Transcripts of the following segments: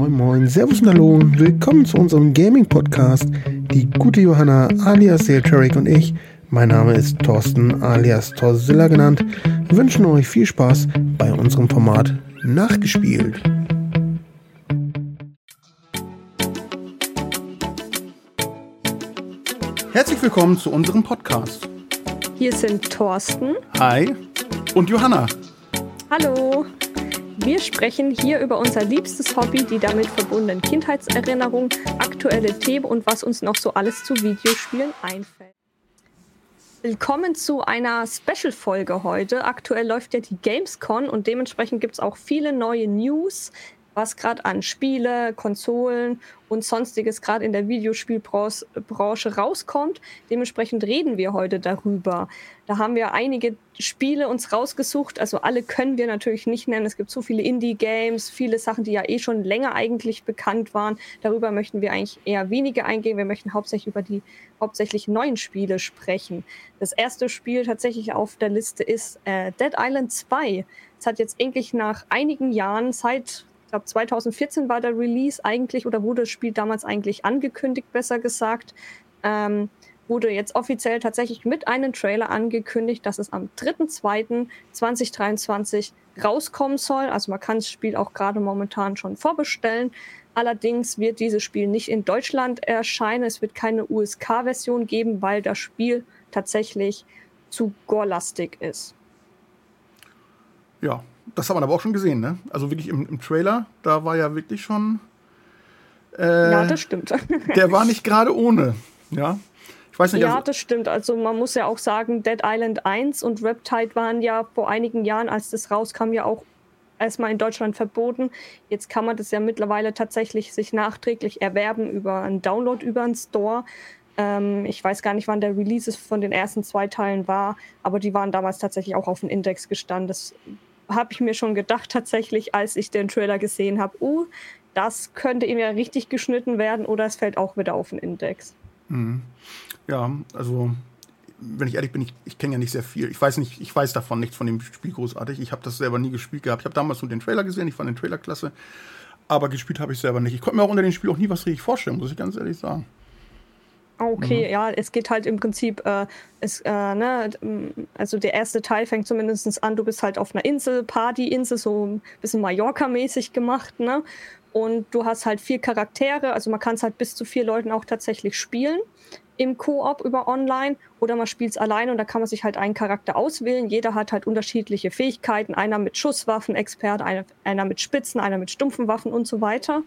Moin Moin, Servus und Hallo und willkommen zu unserem Gaming-Podcast. Die gute Johanna alias Seeltrek und ich, mein Name ist Thorsten alias Torzilla genannt, wünschen euch viel Spaß bei unserem Format Nachgespielt. Herzlich willkommen zu unserem Podcast. Hier sind Thorsten. Hi. Und Johanna. Hallo. Wir sprechen hier über unser liebstes Hobby, die damit verbundenen Kindheitserinnerungen, aktuelle Themen und was uns noch so alles zu Videospielen einfällt. Willkommen zu einer Special-Folge heute. Aktuell läuft ja die Gamescom und dementsprechend gibt es auch viele neue News, was gerade an Spiele, Konsolen und Sonstiges gerade in der Videospielbranche rauskommt. Dementsprechend reden wir heute darüber. Da haben wir einige Spiele uns rausgesucht. Also alle können wir natürlich nicht nennen. Es gibt so viele Indie-Games, viele Sachen, die ja schon länger eigentlich bekannt waren. Darüber möchten wir eigentlich eher weniger eingehen. Wir möchten hauptsächlich über die hauptsächlich neuen Spiele sprechen. Das erste Spiel tatsächlich auf der Liste ist Dead Island 2. Es hat jetzt endlich nach einigen Jahren, ich glaube 2014 war der Release eigentlich, oder wurde das Spiel damals eigentlich angekündigt, besser gesagt, wurde jetzt offiziell tatsächlich mit einem Trailer angekündigt, dass es am 3.2.2023 rauskommen soll. Also man kann das Spiel auch gerade momentan schon vorbestellen. Allerdings wird dieses Spiel nicht in Deutschland erscheinen. Es wird keine USK-Version geben, weil das Spiel tatsächlich zu gore-lastig ist. Ja, das hat man aber auch schon gesehen, ne? Also wirklich im Trailer, da war ja wirklich schon... ja, das stimmt. Der war nicht gerade ohne, ja? Ich weiß nicht, ja, das stimmt. Also man muss ja auch sagen, Dead Island 1 und Riptide waren ja vor einigen Jahren, als das rauskam, ja auch erstmal in Deutschland verboten. Jetzt kann man das ja mittlerweile tatsächlich sich nachträglich erwerben über einen Download über einen Store. Ich weiß gar nicht, wann der Release von den ersten 2 Teilen war, aber die waren damals tatsächlich auch auf dem Index gestanden. Das habe ich mir schon gedacht tatsächlich, als ich den Trailer gesehen habe. Das könnte ihm ja richtig geschnitten werden oder es fällt auch wieder auf den Index. Mhm. Ja, also wenn ich ehrlich bin, ich kenne ja nicht sehr viel. Ich weiß davon nichts von dem Spiel großartig. Ich habe das selber nie gespielt gehabt. Ich habe damals nur den Trailer gesehen, ich fand den Trailer klasse, aber gespielt habe ich selber nicht. Ich konnte mir auch unter dem Spiel auch nie was richtig vorstellen, muss ich ganz ehrlich sagen. Okay, ja, es geht halt im Prinzip, also der erste Teil fängt zumindest an, du bist halt auf einer Insel, Partyinsel, so ein bisschen Mallorca-mäßig gemacht, ne? Und du hast halt 4 Charaktere, also man kann es halt bis zu 4 Leuten auch tatsächlich spielen im Koop über online oder man spielt es alleine und da kann man sich halt einen Charakter auswählen. Jeder hat halt unterschiedliche Fähigkeiten, einer mit Schusswaffen-Experte, einer mit Spitzen, einer mit stumpfen Waffen und so weiter.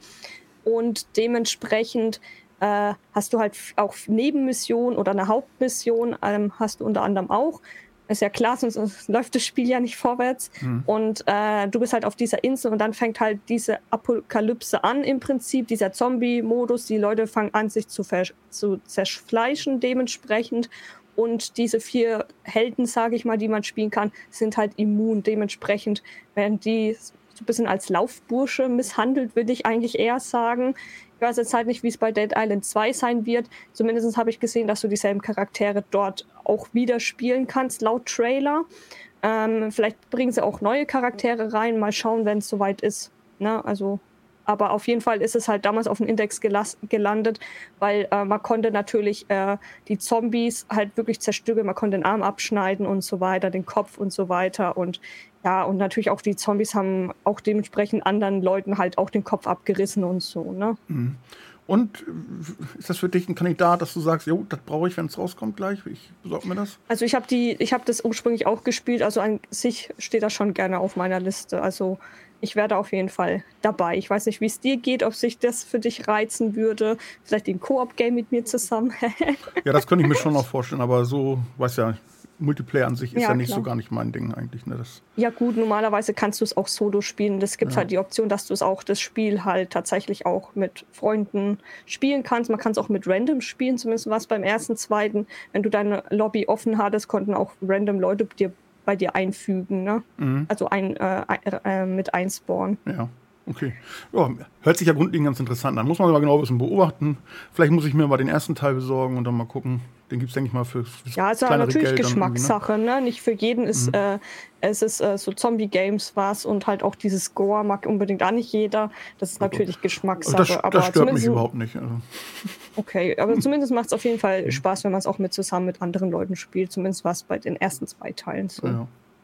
Und dementsprechend hast du halt auch Nebenmissionen oder eine Hauptmission, hast du unter anderem auch. Ist ja klar, sonst läuft das Spiel ja nicht vorwärts. Mhm. Und du bist halt auf dieser Insel und dann fängt halt diese Apokalypse an im Prinzip, dieser Zombie-Modus. Die Leute fangen an, sich zu zerfleischen dementsprechend. Und diese 4 Helden, sage ich mal, die man spielen kann, sind halt immun. Dementsprechend werden die so ein bisschen als Laufbursche misshandelt, würde ich eigentlich eher sagen. Ich weiß jetzt halt nicht, wie es bei Dead Island 2 sein wird. Zumindest habe ich gesehen, dass du dieselben Charaktere dort auch wieder spielen kannst, laut Trailer. Vielleicht bringen sie auch neue Charaktere rein. Mal schauen, wenn es soweit ist. Ne? Also, aber auf jeden Fall ist es halt damals auf dem Index gelandet, weil man konnte natürlich die Zombies halt wirklich zerstückeln. Man konnte den Arm abschneiden und so weiter, den Kopf und so weiter. Und ja, und natürlich auch die Zombies haben auch dementsprechend anderen Leuten halt auch den Kopf abgerissen und so, ne? Mhm. Und ist das für dich ein Kandidat, dass du sagst, jo, das brauche ich, wenn es rauskommt gleich? Ich besorge mir das. Also ich habe das ursprünglich auch gespielt, also an sich steht das schon gerne auf meiner Liste. Also ich werde auf jeden Fall dabei. Ich weiß nicht, wie es dir geht, ob sich das für dich reizen würde. Vielleicht ein Koop-Game mit mir zusammen. Ja, das könnte ich mir schon noch vorstellen, aber so, weiß ja, Multiplayer an sich ist ja nicht klar. so gar nicht mein Ding eigentlich. Ne? Ja gut, normalerweise kannst du es auch solo spielen. Das gibt halt die Option, dass du das Spiel halt tatsächlich auch mit Freunden spielen kannst. Man kann es auch mit Random spielen, zumindest was beim ersten, zweiten. Wenn du deine Lobby offen hattest, konnten auch random Leute bei dir einfügen, ne? Mhm. Also mit einspawnen. Ja, okay. Ja, hört sich ja grundlegend ganz interessant an. Muss man aber genau ein bisschen beobachten. Vielleicht muss ich mir mal den ersten Teil besorgen und dann mal gucken. Den gibt es, denke ich mal, für ja, ist ja kleinere natürlich Geld dann irgendwie, ne? Geschmackssache, ne? Nicht für jeden ist, es ist so Zombie-Games was und halt auch dieses Gore mag unbedingt auch nicht jeder. Das ist natürlich Also Geschmackssache. das Aber stört mich zumindest, überhaupt nicht. Also, okay, aber zumindest macht es auf jeden Fall Spaß, wenn man es auch zusammen mit anderen Leuten spielt. Zumindest war es bei den ersten 2 Teilen so. ja.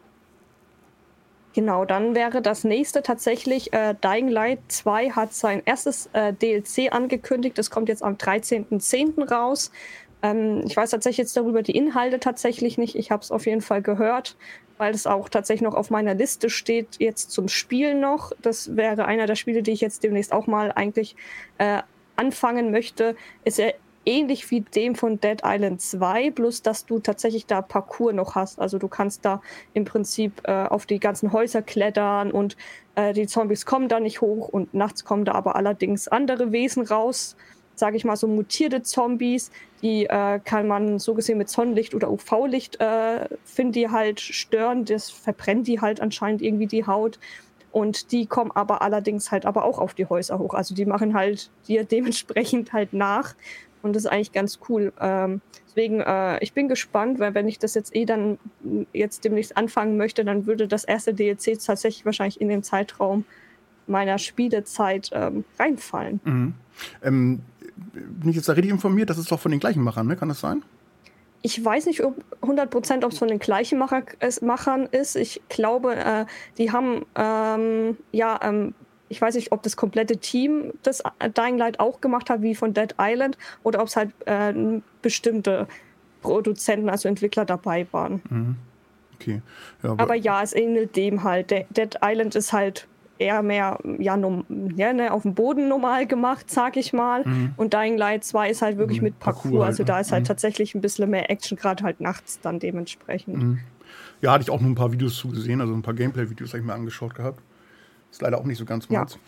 Genau, dann wäre das nächste tatsächlich, Dying Light 2 hat sein erstes DLC angekündigt. Das kommt jetzt am 13.10. raus. Ich weiß tatsächlich jetzt darüber die Inhalte tatsächlich nicht. Ich habe es auf jeden Fall gehört, weil es auch tatsächlich noch auf meiner Liste steht, jetzt zum Spielen noch. Das wäre einer der Spiele, die ich jetzt demnächst auch mal eigentlich anfangen möchte. Ist ja ähnlich wie dem von Dead Island 2, bloß dass du tatsächlich da Parcours noch hast. Also du kannst da im Prinzip auf die ganzen Häuser klettern und die Zombies kommen da nicht hoch und nachts kommen da aber allerdings andere Wesen raus, sage ich mal, so mutierte Zombies, die kann man so gesehen mit Sonnenlicht oder UV-Licht, finden die halt stören, das verbrennt die halt anscheinend irgendwie die Haut. Und die kommen aber allerdings halt aber auch auf die Häuser hoch. Also die machen halt dir dementsprechend halt nach. Und das ist eigentlich ganz cool. Deswegen, ich bin gespannt, weil wenn ich das jetzt dann jetzt demnächst anfangen möchte, dann würde das erste DLC tatsächlich wahrscheinlich in den Zeitraum meiner Spielezeit reinfallen. Bin ich jetzt da richtig informiert? Das ist doch von den gleichen Machern, ne? Kann das sein? Ich weiß nicht 100%, ob es von den gleichen Machern ist. Ich glaube, die haben, ich weiß nicht, ob das komplette Team das Dying Light auch gemacht hat, wie von Dead Island, oder ob es halt bestimmte Produzenten, also Entwickler dabei waren. Okay. Ja, aber ja, es ähnelt dem halt. Dead Island ist halt eher mehr auf dem Boden normal gemacht, sag ich mal. Und Dying Light 2 ist halt wirklich mit Parcours. Halt, also da ist halt tatsächlich ein bisschen mehr Action, gerade halt nachts dann dementsprechend. Ja, hatte ich auch nur ein paar Videos zu gesehen, also ein paar Gameplay-Videos habe ich mir angeschaut gehabt. Ist leider auch nicht so ganz meins.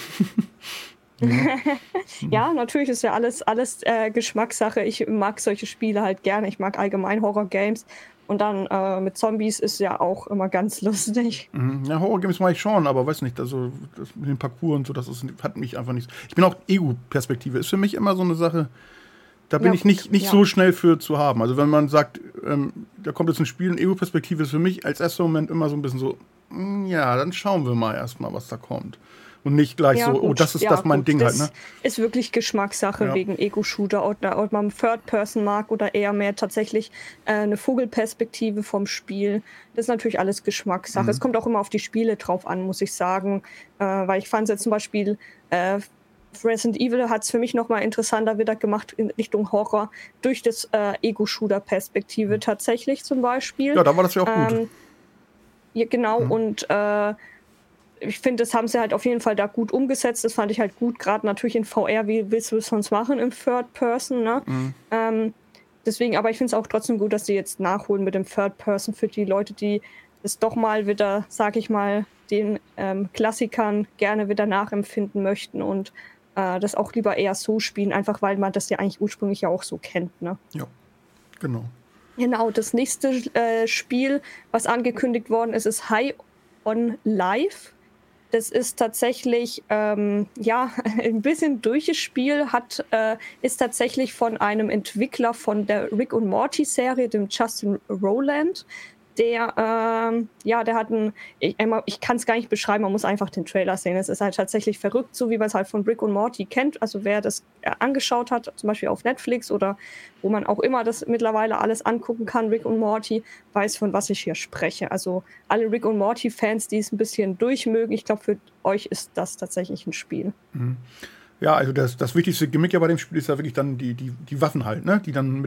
Ja, natürlich ist ja alles Geschmackssache. Ich mag solche Spiele halt gerne. Ich mag allgemein Horror-Games. Und dann mit Zombies ist ja auch immer ganz lustig. Ja, Horror-Games mache ich schon, aber weiß nicht, also das mit den Parcours und so, hat mich einfach nicht. Ich bin auch Ego-Perspektive, ist für mich immer so eine Sache, da bin ich nicht so schnell für zu haben. Also wenn man sagt, da kommt jetzt ein Spiel, eine Ego-Perspektive ist für mich als erster Moment immer so ein bisschen so, ja, dann schauen wir mal erstmal, was da kommt. Und nicht gleich so, gut. Oh, das ist mein Ding halt, ne? Ist wirklich Geschmackssache wegen Ego-Shooter, ob man Third-Person mag oder eher mehr tatsächlich eine Vogelperspektive vom Spiel. Das ist natürlich alles Geschmackssache. Es kommt auch immer auf die Spiele drauf an, muss ich sagen. Weil ich fand jetzt zum Beispiel Resident Evil hat es für mich nochmal interessanter wieder gemacht in Richtung Horror durch das Ego-Shooter-Perspektive tatsächlich zum Beispiel. Ja, da war das ja auch gut. Ja, genau, und ich finde, das haben sie halt auf jeden Fall da gut umgesetzt. Das fand ich halt gut, gerade natürlich in VR. Wie willst du es sonst machen im Third Person, ne? Deswegen, aber ich finde es auch trotzdem gut, dass sie jetzt nachholen mit dem Third Person für die Leute, die es doch mal wieder, sag ich mal, den Klassikern gerne wieder nachempfinden möchten und das auch lieber eher so spielen, einfach weil man das ja eigentlich ursprünglich ja auch so kennt, ne? Ja, genau. Genau, das nächste Spiel, was angekündigt worden ist, ist High on Life. Das ist tatsächlich, ein bisschen durches Spiel, ist tatsächlich von einem Entwickler von der Rick und Morty Serie, dem Justin Roiland. Der hat ich kann es gar nicht beschreiben, man muss einfach den Trailer sehen. Es ist halt tatsächlich verrückt, so wie man es halt von Rick und Morty kennt. Also wer das angeschaut hat, zum Beispiel auf Netflix oder wo man auch immer das mittlerweile alles angucken kann, Rick und Morty, weiß, von was ich hier spreche. Also alle Rick und Morty-Fans, die es ein bisschen durchmögen, ich glaube, für euch ist das tatsächlich ein Spiel. Ja, also das wichtigste Gimmick ja bei dem Spiel ist ja wirklich dann die Waffen halt, ne? Die dann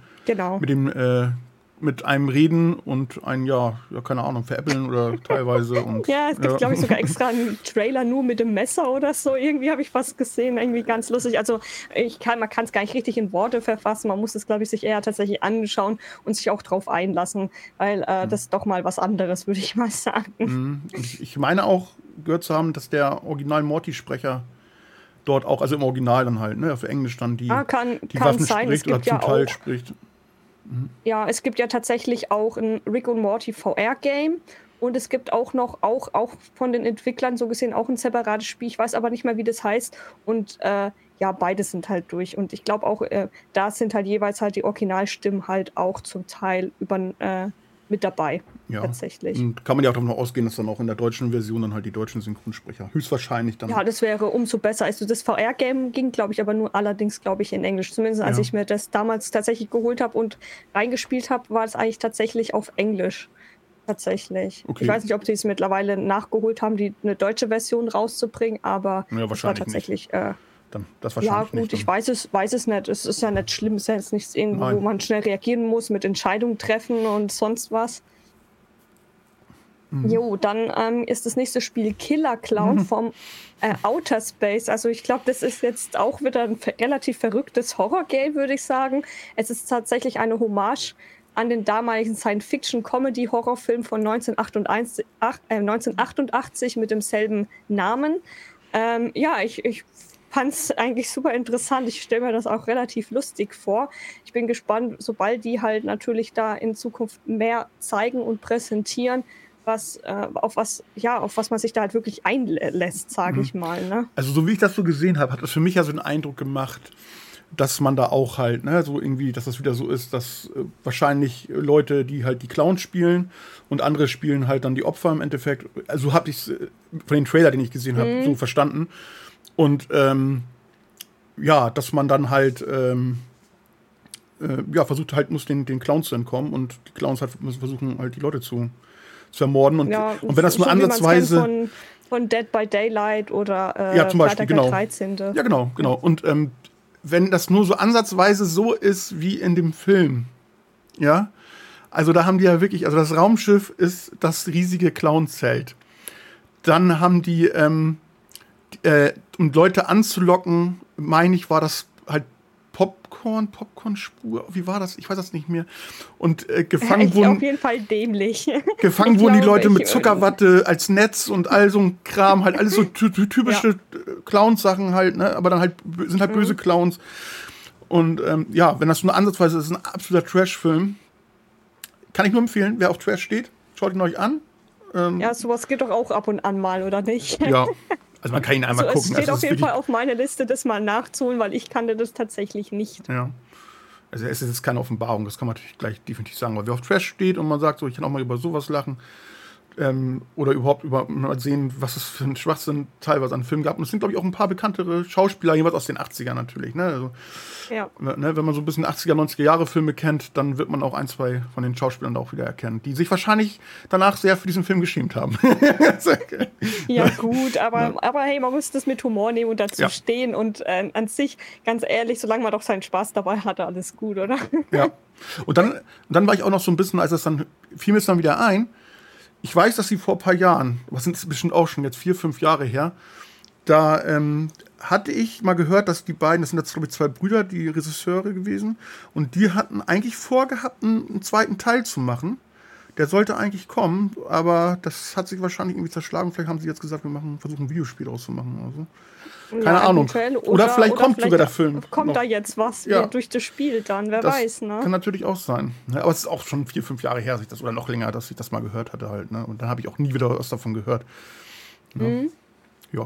mit einem reden und einen, keine Ahnung, veräppeln oder teilweise. Und, ja, es gibt, glaube ich, sogar extra einen Trailer nur mit dem Messer oder so. Irgendwie habe ich was gesehen, irgendwie ganz lustig. Also man kann es gar nicht richtig in Worte verfassen. Man muss es, glaube ich, sich eher tatsächlich anschauen und sich auch drauf einlassen, weil das ist doch mal was anderes, würde ich mal sagen. Ich meine auch gehört zu haben, dass der Original-Morty-Sprecher dort auch, also im Original dann halt, ne, auf Englisch dann die Waffen sein. spricht oder zum Teil spricht. Ja, es gibt ja tatsächlich auch ein Rick und Morty VR-Game Und es gibt auch noch, auch von den Entwicklern so gesehen, auch ein separates Spiel. Ich weiß aber nicht mehr, wie das heißt. Und ja, beide sind halt durch. Und ich glaube auch, da sind halt jeweils halt die Originalstimmen halt auch zum Teil mit dabei, Ja. tatsächlich. Und kann man ja auch davon ausgehen, dass dann auch in der deutschen Version dann halt die deutschen Synchronsprecher höchstwahrscheinlich dann. Ja, das wäre umso besser. Also das VR-Game ging, glaube ich, aber nur allerdings, glaube ich, in Englisch. Zumindest als Ja. ich mir das damals tatsächlich geholt habe und reingespielt habe, war es eigentlich tatsächlich auf Englisch. Tatsächlich. Okay. Ich weiß nicht, ob sie es mittlerweile nachgeholt haben, eine deutsche Version rauszubringen, aber Ja, das war tatsächlich. Dann das Ja, wahrscheinlich gut, nicht. ich weiß es nicht. Es ist ja nicht schlimm. Es ist ja jetzt nichts irgendwo, Nein. wo man schnell reagieren muss, mit Entscheidungen treffen und sonst was. Jo, dann ist das nächste Spiel Killer Clown vom Outer Space. Also ich glaube, das ist jetzt auch wieder ein relativ verrücktes Horror-Game, würde ich sagen. Es ist tatsächlich eine Hommage an den damaligen Science-Fiction-Comedy-Horrorfilm von 1988 mit demselben Namen. Ja, ich fand es eigentlich super interessant. Ich stelle mir das auch relativ lustig vor. Ich bin gespannt, sobald die halt natürlich da in Zukunft mehr zeigen und präsentieren, auf was man sich da halt wirklich einlässt, sage ich mal. Ne? Also so wie ich das so gesehen habe, hat das für mich ja so einen Eindruck gemacht, dass man da auch halt, ne, so irgendwie, dass das wieder so ist, dass wahrscheinlich Leute, die halt die Clowns spielen und andere spielen halt dann die Opfer im Endeffekt. Also habe ich es von den Trailer, den ich gesehen habe, so verstanden. Und ja, dass man dann halt versucht halt, muss den Clowns zu entkommen und die Clowns halt müssen versuchen, halt die Leute zu ermorden. Und wenn das nur so ansatzweise von Dead by Daylight oder ja, zum Beispiel, Freitag der genau. 13. Ja, genau. Und wenn das nur so ansatzweise so ist wie in dem Film, ja, also da haben die ja wirklich, also das Raumschiff ist das riesige Clown-Zelt. Dann haben die, um Leute anzulocken, meine ich, war das halt Popcornspur, wie war das? Ich weiß das nicht mehr. Und gefangen wurden. Auf jeden Fall dämlich. Gefangen wurden die Leute mit Zuckerwatte als Netz und all so ein Kram, halt alles so typische Clowns-Sachen halt, ne? Aber dann halt sind halt böse Clowns. Und ja, wenn das nur ansatzweise ist, ist ein absoluter Trash-Film. Kann ich nur empfehlen, wer auf Trash steht, schaut ihn euch an. Ja, sowas geht doch auch ab und an mal, oder nicht? Ja. Also man kann ihn einmal gucken. Es steht auf jeden Fall auf meiner Liste, das mal nachzuholen, weil ich kannte das tatsächlich nicht. Ja. Also es ist jetzt keine Offenbarung, das kann man natürlich gleich definitiv sagen. Weil wer auf Trash steht und man sagt, so, ich kann auch mal über sowas lachen oder überhaupt mal sehen, was es für einen Schwachsinn teilweise an Filmen gab. Und es sind, glaube ich, auch ein paar bekanntere Schauspieler, jeweils aus den 80ern natürlich. Ne? Also, ja. Ne, wenn man so ein bisschen 80er, 90er Jahre Filme kennt, dann wird man auch ein, zwei von den Schauspielern da auch wieder erkennen, die sich wahrscheinlich danach sehr für diesen Film geschämt haben. Ja gut, aber hey, man muss das mit Humor nehmen und dazu stehen und an sich, ganz ehrlich, solange man doch seinen Spaß dabei hatte, alles gut, oder? Ja. Und dann war ich auch noch so ein bisschen, als es dann fiel mir es dann wieder ein, ich weiß, dass sie vor ein paar Jahren, was sind es bestimmt auch schon jetzt 4, 5 Jahre her, da hatte ich mal gehört, dass die beiden, das sind jetzt glaube ich 2 Brüder, die Regisseure gewesen, und die hatten eigentlich vorgehabt, einen zweiten Teil zu machen. Der sollte eigentlich kommen, aber das hat sich wahrscheinlich irgendwie zerschlagen. Vielleicht haben sie jetzt gesagt, wir versuchen ein Videospiel draus zu machen oder so. Keine Ahnung. Oder vielleicht kommt sogar der Film. Kommt noch. Da jetzt was durch das Spiel dann, wer weiß, ne? Kann natürlich auch sein. Ja, aber es ist auch schon 4, 5 Jahre her, oder noch länger, dass ich das mal gehört hatte halt. Ne? Und dann habe ich auch nie wieder was davon gehört. Ja. Ja.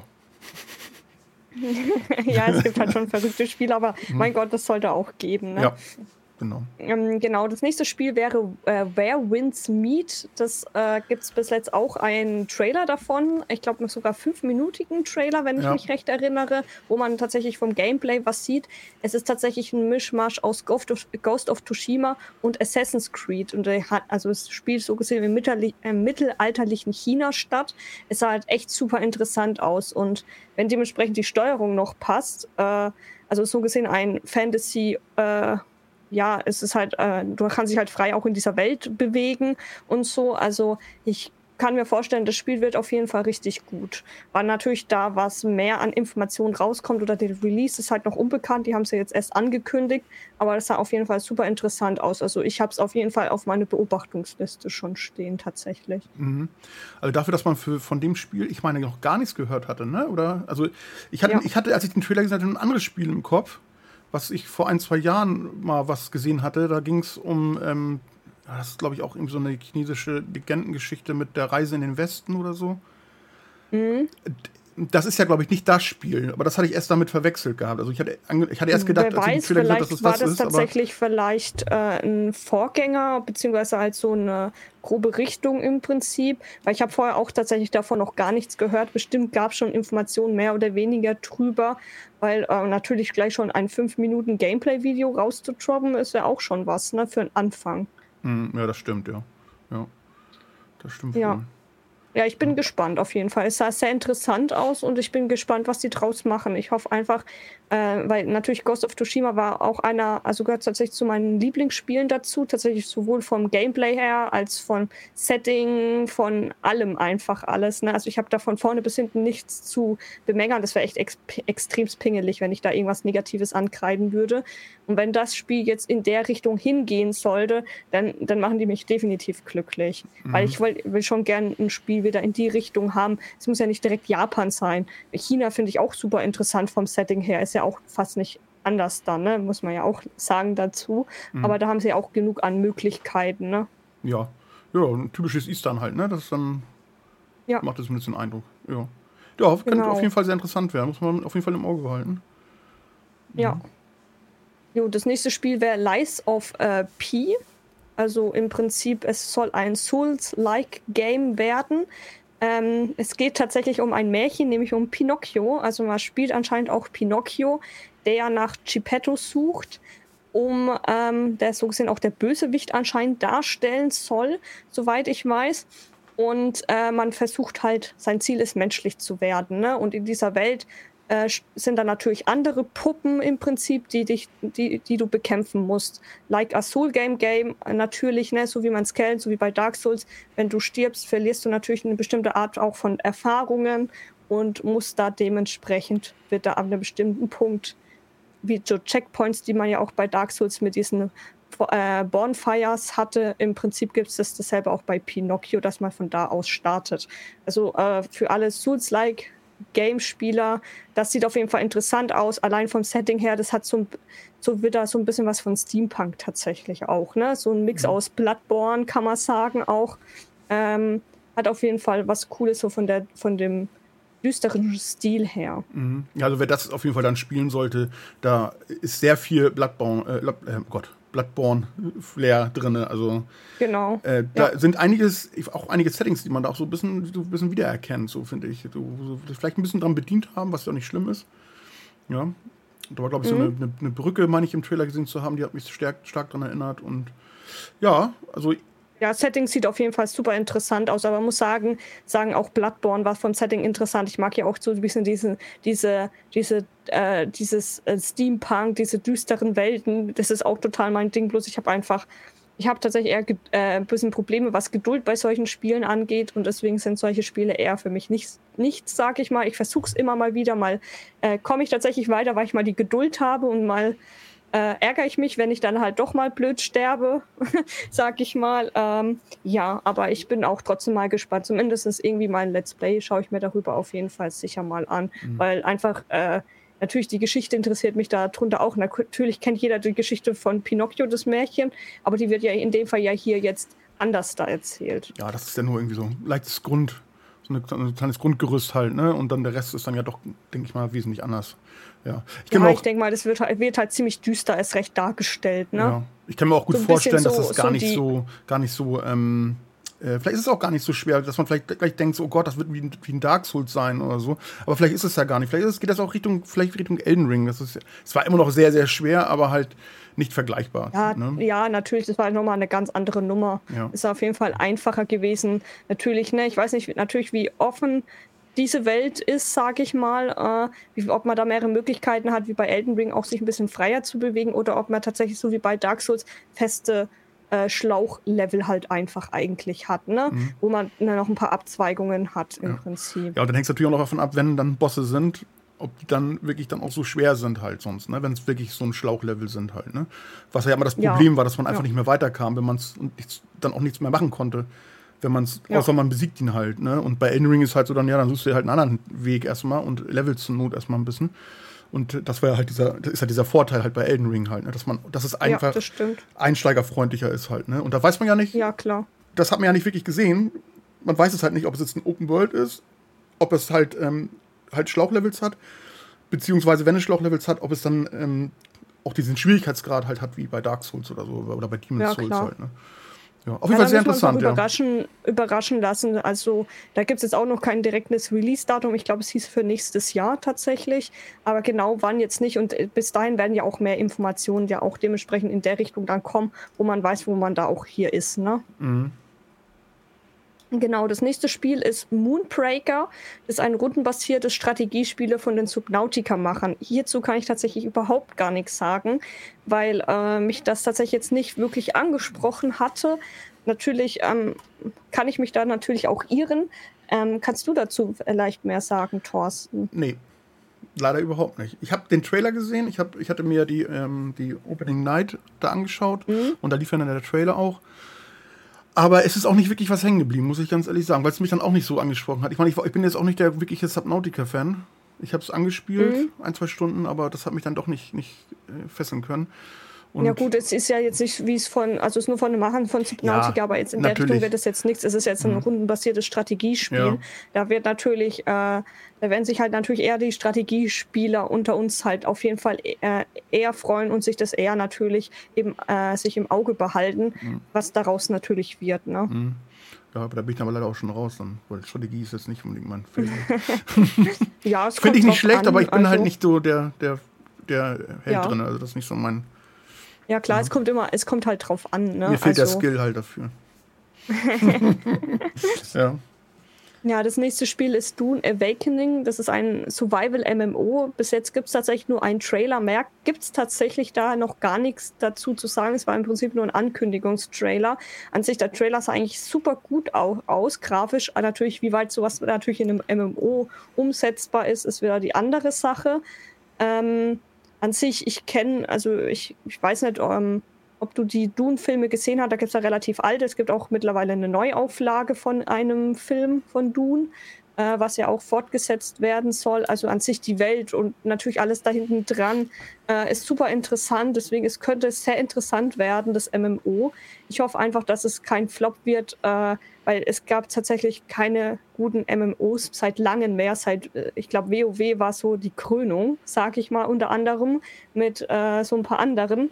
Ja, es gibt halt schon verrückte Spiele, aber mein Gott, das sollte auch geben. Ne? Ja, genau. Genau, das nächste Spiel wäre Where Winds Meet. Das gibt es bis jetzt auch einen Trailer davon. Ich glaube, sogar 5-minütigen Trailer, wenn ich mich recht erinnere, wo man tatsächlich vom Gameplay was sieht. Es ist tatsächlich ein Mischmasch aus Ghost of Tsushima und Assassin's Creed. Und also es spielt so gesehen im mittelalterlichen China statt. Es sah halt echt super interessant aus. Und wenn dementsprechend die Steuerung noch passt, also so gesehen ein Fantasy ja, es ist halt, du kannst dich halt frei auch in dieser Welt bewegen und so. Also ich kann mir vorstellen, das Spiel wird auf jeden Fall richtig gut. Weil natürlich da was mehr an Informationen rauskommt oder der Release ist halt noch unbekannt. Die haben es ja jetzt erst angekündigt, aber das sah auf jeden Fall super interessant aus. Also ich habe es auf jeden Fall auf meine Beobachtungsliste schon stehen tatsächlich. Mhm. Also dafür, dass man von dem Spiel, ich meine, noch gar nichts gehört hatte, ne? Oder? Also ich hatte, als ich den Trailer gesehen hatte, ein anderes Spiel im Kopf, was ich vor 1, 2 Jahren mal was gesehen hatte. Da ging es um Ja, das ist, glaube ich, auch irgendwie so eine chinesische Legendengeschichte mit der Reise in den Westen oder so. Mhm. Das ist ja, glaube ich, nicht das Spiel, aber das hatte ich erst damit verwechselt gehabt. Also ich hatte erst gedacht, Wer als ich den weiß, Trailer gesehen habe, dass vielleicht das war das das ist, aber tatsächlich vielleicht ein Vorgänger, beziehungsweise halt so eine grobe Richtung im Prinzip. Weil ich habe vorher auch tatsächlich davon noch gar nichts gehört. Bestimmt gab es schon Informationen mehr oder weniger drüber, weil natürlich gleich schon ein 5 Minuten Gameplay-Video rauszudroppen, ist ja auch schon was, ne, für einen Anfang. ja, das stimmt, ja. Ja, das stimmt Ja. wohl. Ja, ich bin Ja. gespannt auf jeden Fall. Es sah sehr interessant aus und ich bin gespannt, was die draus machen. Ich hoffe einfach, weil natürlich Ghost of Tsushima war auch also gehört tatsächlich zu meinen Lieblingsspielen dazu, tatsächlich sowohl vom Gameplay her als vom Setting, von allem einfach alles. Ne? Also ich habe da von vorne bis hinten nichts zu bemängeln. Das wäre echt extremst pingelig, wenn ich da irgendwas Negatives ankreiden würde. Und wenn das Spiel jetzt in der Richtung hingehen sollte, dann machen die mich definitiv glücklich. Weil ich will schon gern ein Spiel wieder in die Richtung haben. Es muss ja nicht direkt Japan sein. China finde ich auch super interessant vom Setting her. Ist ja auch fast nicht anders dann, ne? Muss man ja auch sagen dazu. Aber da haben sie auch genug an Möglichkeiten, ne? Ja. Ja, ein typisches Eastern halt, ne? Das dann Ja, macht das ein bisschen Eindruck. Ja. Ja, könnte auf genau. jeden Fall sehr interessant werden. Muss man auf jeden Fall im Auge behalten. Ja. Jo, das nächste Spiel wäre Lies of P. Also im Prinzip, es soll ein Souls-like Game werden. Es geht tatsächlich um ein Märchen, nämlich um Pinocchio. Also man spielt anscheinend auch Pinocchio, der nach Geppetto sucht, der so gesehen auch der Bösewicht anscheinend darstellen soll, soweit ich weiß. Und man versucht halt, sein Ziel ist, menschlich zu werden. Ne? Und in dieser Welt sind dann natürlich andere Puppen im Prinzip, die du bekämpfen musst. Like a Soul Game natürlich, ne, so wie man es kennt, so wie bei Dark Souls. Wenn du stirbst, verlierst du natürlich eine bestimmte Art auch von Erfahrungen und musst da dementsprechend, wird da an einem bestimmten Punkt, wie so Checkpoints, die man ja auch bei Dark Souls mit diesen Bonfires hatte. Im Prinzip gibt es dasselbe auch bei Pinocchio, dass man von da aus startet. Also für alle Souls-like Game-Spieler, das sieht auf jeden Fall interessant aus. Allein vom Setting her, das hat so wieder so ein bisschen was von Steampunk tatsächlich auch. Ne? So ein Mix aus Bloodborne, kann man sagen, auch. Hat auf jeden Fall was Cooles so von dem düsteren Stil her. Ja, also wer das auf jeden Fall dann spielen sollte, da ist sehr viel Bloodborne-Flair drin. Also Genau. da sind auch einige Settings, die man da auch so ein bisschen wiedererkennt, so finde ich. So vielleicht ein bisschen dran bedient haben, was ja auch nicht schlimm ist. Ja. Da war, glaube ich, so eine Brücke, meine ich, im Trailer gesehen zu haben, die hat mich stark daran erinnert. Und ja, also Ja, Setting sieht auf jeden Fall super interessant aus, aber man muss sagen auch Bloodborne war vom Setting interessant. Ich mag ja auch so ein bisschen dieses Steampunk, diese düsteren Welten. Das ist auch total mein Ding. Bloß ich habe tatsächlich eher ein bisschen Probleme, was Geduld bei solchen Spielen angeht, und deswegen sind solche Spiele eher für mich nichts, sag ich mal. Ich versuche es immer mal wieder, komme ich tatsächlich weiter, weil ich mal die Geduld habe, und mal ärgere ich mich, wenn ich dann halt doch mal blöd sterbe, sag ich mal. Ja, aber ich bin auch trotzdem mal gespannt. Zumindest irgendwie mein Let's Play schaue ich mir darüber auf jeden Fall sicher mal an, weil einfach natürlich die Geschichte interessiert mich da drunter auch. Natürlich kennt jeder die Geschichte von Pinocchio, das Märchen, aber die wird ja in dem Fall ja hier jetzt anders da erzählt. ja, das ist ja nur irgendwie so ein leichtes so ein kleines Grundgerüst halt, ne? Und dann der Rest ist dann ja doch, denke ich mal, wesentlich anders. Ja, Ich denke mal, das wird halt ziemlich düster erst recht dargestellt, ne? Ja. Ich kann mir auch gut So ein vorstellen, bisschen dass das gar nicht so, vielleicht ist es auch gar nicht so schwer, dass man vielleicht gleich denkt, so, oh Gott, das wird wie ein Dark Souls sein oder so. Aber vielleicht ist es ja gar nicht. Geht das auch Richtung Elden Ring. Es war immer noch sehr, sehr schwer, aber halt nicht vergleichbar. Ja, Ne? ja, natürlich, das war nochmal eine ganz andere Nummer. Ja. Ist auf jeden Fall einfacher gewesen. Natürlich, ne, ich weiß nicht, natürlich, wie offen diese Welt ist, sage ich mal, ob man da mehrere Möglichkeiten hat, wie bei Elden Ring auch sich ein bisschen freier zu bewegen, oder ob man tatsächlich so wie bei Dark Souls feste Schlauchlevel halt einfach eigentlich hat, ne? Wo man noch ein paar Abzweigungen hat im Prinzip. Ja, und dann hängt es natürlich auch noch davon ab, wenn dann Bosse sind, ob die dann wirklich dann auch so schwer sind halt sonst, ne? Wenn es wirklich so ein Schlauchlevel sind halt, ne? Was ja immer das Problem war, dass man einfach nicht mehr weiterkam, wenn man es dann auch nichts mehr machen konnte. Außer man besiegt ihn halt, ne? Und bei Elden Ring ist halt so dann suchst du dir halt einen anderen Weg erstmal und levelst zur Not erstmal ein bisschen. Und das war ja halt das ist ja dieser Vorteil halt bei Elden Ring halt, ne? Dass es einfach das stimmt. einsteigerfreundlicher ist halt, ne? Und da weiß man ja nicht, Ja, klar. das hat man ja nicht wirklich gesehen. Man weiß es halt nicht, ob es jetzt ein Open World ist, ob es halt Schlauchlevels hat, beziehungsweise wenn es Schlauchlevels hat, ob es dann auch diesen Schwierigkeitsgrad halt hat, wie bei Dark Souls oder so, oder bei Demon's Souls halt, ne? Ja, auf jeden Fall sehr interessant, überraschen lassen. Also da gibt es jetzt auch noch kein direktes Release-Datum. Ich glaube, es hieß für nächstes Jahr tatsächlich. Aber genau wann jetzt nicht. Und bis dahin werden ja auch mehr Informationen ja auch dementsprechend in der Richtung dann kommen, wo man weiß, wo man da auch hier ist, ne? Mhm. Genau, das nächste Spiel ist Moonbreaker. Das ist ein rundenbasiertes Strategiespiel von den Subnautica-Machern. Hierzu kann ich tatsächlich überhaupt gar nichts sagen, weil mich das tatsächlich jetzt nicht wirklich angesprochen hatte. Natürlich kann ich mich da natürlich auch irren. Kannst du dazu vielleicht mehr sagen, Thorsten? Nee, leider überhaupt nicht. Ich habe den Trailer gesehen, ich hatte mir die Opening Night da angeschaut und da lief ja dann der Trailer auch. Aber es ist auch nicht wirklich was hängen geblieben, muss ich ganz ehrlich sagen, weil es mich dann auch nicht so angesprochen hat. Ich meine, ich bin jetzt auch nicht der wirkliche Subnautica-Fan. Ich habe es angespielt, 1-2 Stunden, aber das hat mich dann doch nicht fesseln können. Und ja gut, es ist ja jetzt nicht, wie es also es ist nur von den Machern von Subnautica, ja, aber jetzt in der Richtung wird es jetzt nichts. Es ist jetzt ein rundenbasiertes Strategiespiel. Ja. Da werden sich halt natürlich eher die Strategiespieler unter uns halt auf jeden Fall eher freuen und sich das eher natürlich eben sich im Auge behalten, was daraus natürlich wird, ne? Ja, aber da bin ich aber leider auch schon raus, weil Strategie ist jetzt nicht unbedingt mein Film. Ja, es finde ich nicht schlecht, an, aber ich bin halt nicht so der Held drin, also das ist nicht so mein... Ja klar, es kommt halt drauf an. Ne? Mir fehlt der Skill halt dafür. Ja. Ja, das nächste Spiel ist Dune Awakening. Das ist ein Survival-MMO. Bis jetzt gibt es tatsächlich nur einen Trailer. Mehr gibt es tatsächlich da noch gar nichts dazu zu sagen. Es war im Prinzip nur ein Ankündigungstrailer. An sich, der Trailer sah eigentlich super gut aus, grafisch. Aber natürlich, wie weit sowas natürlich in einem MMO umsetzbar ist wieder die andere Sache. An sich, ich weiß nicht, ob du die Dune-Filme gesehen hast, da gibt es ja relativ alte, es gibt auch mittlerweile eine Neuauflage von einem Film von Dune, was ja auch fortgesetzt werden soll. Also an sich die Welt und natürlich alles da hinten dran ist super interessant, deswegen könnte es sehr interessant werden, das MMO. Ich hoffe einfach, dass es kein Flop wird, weil es gab tatsächlich keine guten MMOs seit langem mehr. Ich glaube, WoW war so die Krönung, sage ich mal, unter anderem mit so ein paar anderen.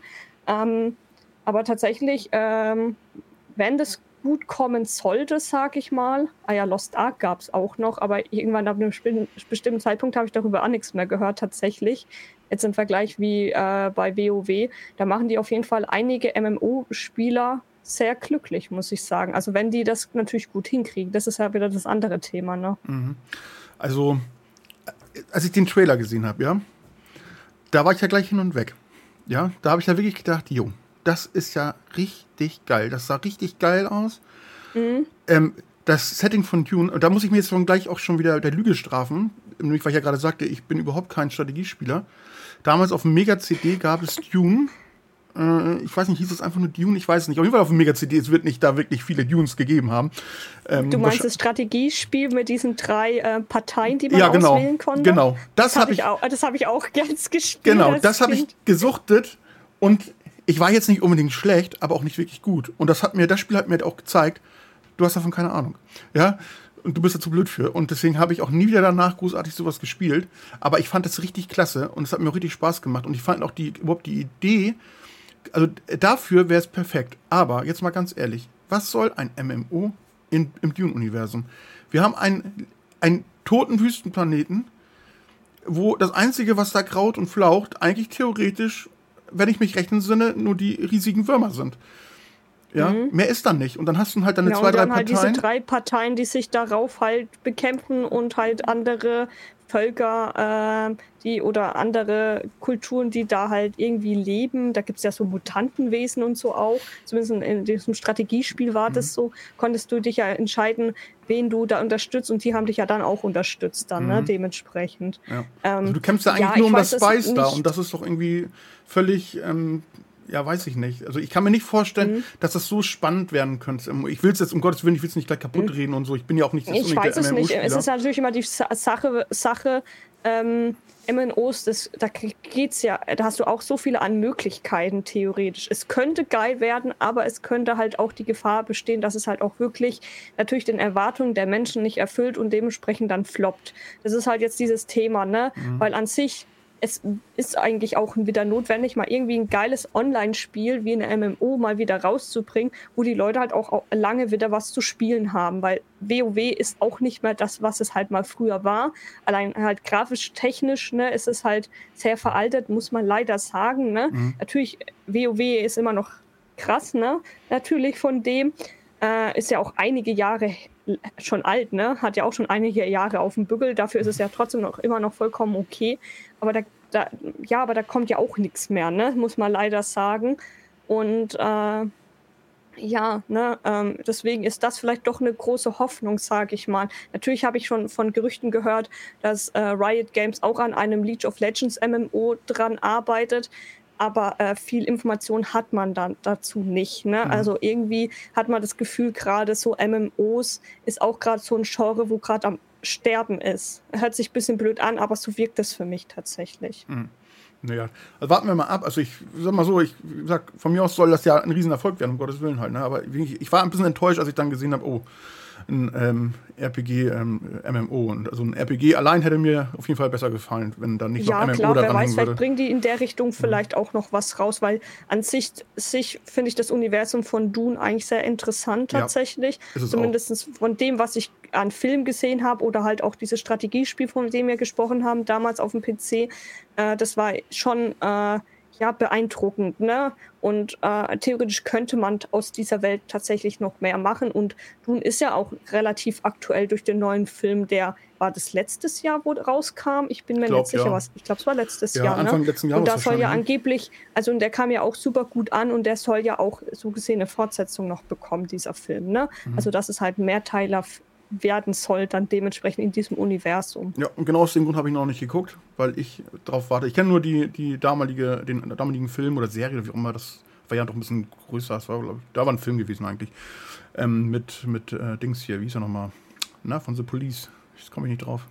Aber tatsächlich, wenn das gut kommen sollte, sage ich mal. Lost Ark gab es auch noch, aber irgendwann ab einem bestimmten Zeitpunkt habe ich darüber auch nichts mehr gehört tatsächlich. Jetzt im Vergleich wie bei WoW, da machen die auf jeden Fall einige MMO-Spieler sehr glücklich, muss ich sagen. Also wenn die das natürlich gut hinkriegen, das ist ja wieder das andere Thema, ne? Also, als ich den Trailer gesehen habe, ja, da war ich ja gleich hin und weg. Ja, da habe ich ja wirklich gedacht, jo, das ist ja richtig geil. Das sah richtig geil aus. Das Setting von Dune, und da muss ich mir jetzt gleich auch schon wieder der Lüge strafen, nämlich weil ich ja gerade sagte, ich bin überhaupt kein Strategiespieler. Damals auf dem Mega-CD gab es Dune. Ich weiß nicht, hieß es einfach nur Dune? Ich weiß es nicht. Auf jeden Fall auf dem Mega-CD, es wird nicht da wirklich viele Dunes gegeben haben. Du meinst das Strategiespiel mit diesen 3 Parteien, die man auswählen konnte? Genau. Das hab ich auch ganz gespielt. Genau, das habe ich gesuchtet und ich war jetzt nicht unbedingt schlecht, aber auch nicht wirklich gut. Und das Spiel hat mir auch gezeigt, du hast davon keine Ahnung. Ja? Und du bist da zu blöd für. Und deswegen habe ich auch nie wieder danach großartig sowas gespielt. Aber ich fand das richtig klasse und es hat mir auch richtig Spaß gemacht. Und ich fand auch überhaupt die Idee, also dafür wäre es perfekt. Aber jetzt mal ganz ehrlich, was soll ein MMO im Dune-Universum? Wir haben einen toten Wüstenplaneten, wo das Einzige, was da kraut und flaucht, eigentlich theoretisch, wenn ich mich recht entsinne, nur die riesigen Würmer sind. Ja, mehr ist dann nicht. Und dann hast du halt deine 2, 3 Parteien. Halt diese 3 Parteien, die sich darauf halt bekämpfen und halt andere Völker, oder andere Kulturen, die da halt irgendwie leben. Da gibt es ja so Mutantenwesen und so auch. Zumindest in diesem Strategiespiel war das so. Konntest du dich ja entscheiden, wen du da unterstützt. Und die haben dich ja dann auch unterstützt dann, ne, dementsprechend. Ja. Also du kämpfst ja eigentlich nur um das Spice da. Und das ist doch irgendwie völlig Ja, weiß ich nicht. Also ich kann mir nicht vorstellen, dass das so spannend werden könnte. Ich will es jetzt, um Gottes Willen, ich will es nicht gleich kaputt reden und so. Ich bin ja auch nicht Ich weiß es nicht. Es ist natürlich immer die Sache MMOs, da geht's ja, da hast du auch so viele an Möglichkeiten theoretisch. Es könnte geil werden, aber es könnte halt auch die Gefahr bestehen, dass es halt auch wirklich natürlich den Erwartungen der Menschen nicht erfüllt und dementsprechend dann floppt. Das ist halt jetzt dieses Thema, ne? Weil an sich es ist eigentlich auch wieder notwendig, mal irgendwie ein geiles Online-Spiel wie eine MMO mal wieder rauszubringen, wo die Leute halt auch lange wieder was zu spielen haben, weil WoW ist auch nicht mehr das, was es halt mal früher war. Allein halt grafisch, technisch, ne, ist es halt sehr veraltet, muss man leider sagen, ne. Natürlich, WoW ist immer noch krass, ne, natürlich von dem, ist ja auch einige Jahre schon alt, ne? Hat ja auch schon einige Jahre auf dem Buckel. Dafür ist es ja trotzdem immer noch vollkommen okay. Aber da kommt ja auch nichts mehr, ne? Muss man leider sagen. Und deswegen ist das vielleicht doch eine große Hoffnung, sage ich mal. Natürlich habe ich schon von Gerüchten gehört, dass Riot Games auch an einem League of Legends MMO dran arbeitet. Aber viel Information hat man dann dazu nicht. Ne? Also irgendwie hat man das Gefühl, gerade so MMOs ist auch gerade so ein Genre, wo gerade am Sterben ist. Hört sich ein bisschen blöd an, aber so wirkt es für mich tatsächlich. Naja, also warten wir mal ab. Also ich sag mal so, ich sag, von mir aus soll das ja ein Riesenerfolg werden, um Gottes Willen halt. Ne? Aber ich war ein bisschen enttäuscht, als ich dann gesehen habe, ein RPG MMO. Und also ein RPG allein hätte mir auf jeden Fall besser gefallen, wenn dann nicht noch MMO klar, daran wer weiß, hängen würde. vielleicht bringen die in der Richtung vielleicht auch noch was raus, weil an sich finde ich das Universum von Dune eigentlich sehr interessant tatsächlich. Ist es Zumindest von dem, was ich an Film gesehen habe oder halt auch dieses Strategiespiel, von dem wir gesprochen haben, damals auf dem PC. Das war schon beeindruckend, ne? Und theoretisch könnte man aus dieser Welt tatsächlich noch mehr machen. Und Dune ist ja auch relativ aktuell durch den neuen Film, war das letztes Jahr, wo rauskam? Ich bin mir nicht sicher, was. Ich glaube, es war letztes Jahr. Anfang letzten Jahres. Und da soll ja angeblich, und der kam ja auch super gut an und der soll ja auch so gesehen eine Fortsetzung noch bekommen, dieser Film, ne? Also, dass es halt Mehrteiler werden soll, dann dementsprechend in diesem Universum. Ja, und genau aus dem Grund habe ich noch nicht geguckt, weil ich drauf warte. Ich kenne nur den damaligen Film oder Serie, wie auch immer, das war ja doch ein bisschen größer, das war, glaube ich, da war ein Film gewesen eigentlich. Mit Dings hier, wie hieß er nochmal? Na, von The Police. Jetzt komme ich nicht drauf.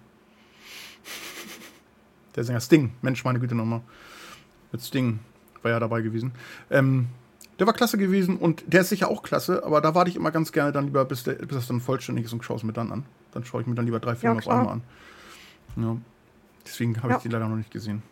Der Sänger Sting, Mensch, meine Güte nochmal. Mit Sting war ja dabei gewesen. Der war klasse gewesen und der ist sicher auch klasse, aber da warte ich immer ganz gerne dann lieber, bis das dann vollständig ist und schaue es mir dann an. Dann schaue ich mir dann lieber 3 Filme auf einmal an. Ja. Deswegen habe ich die leider noch nicht gesehen.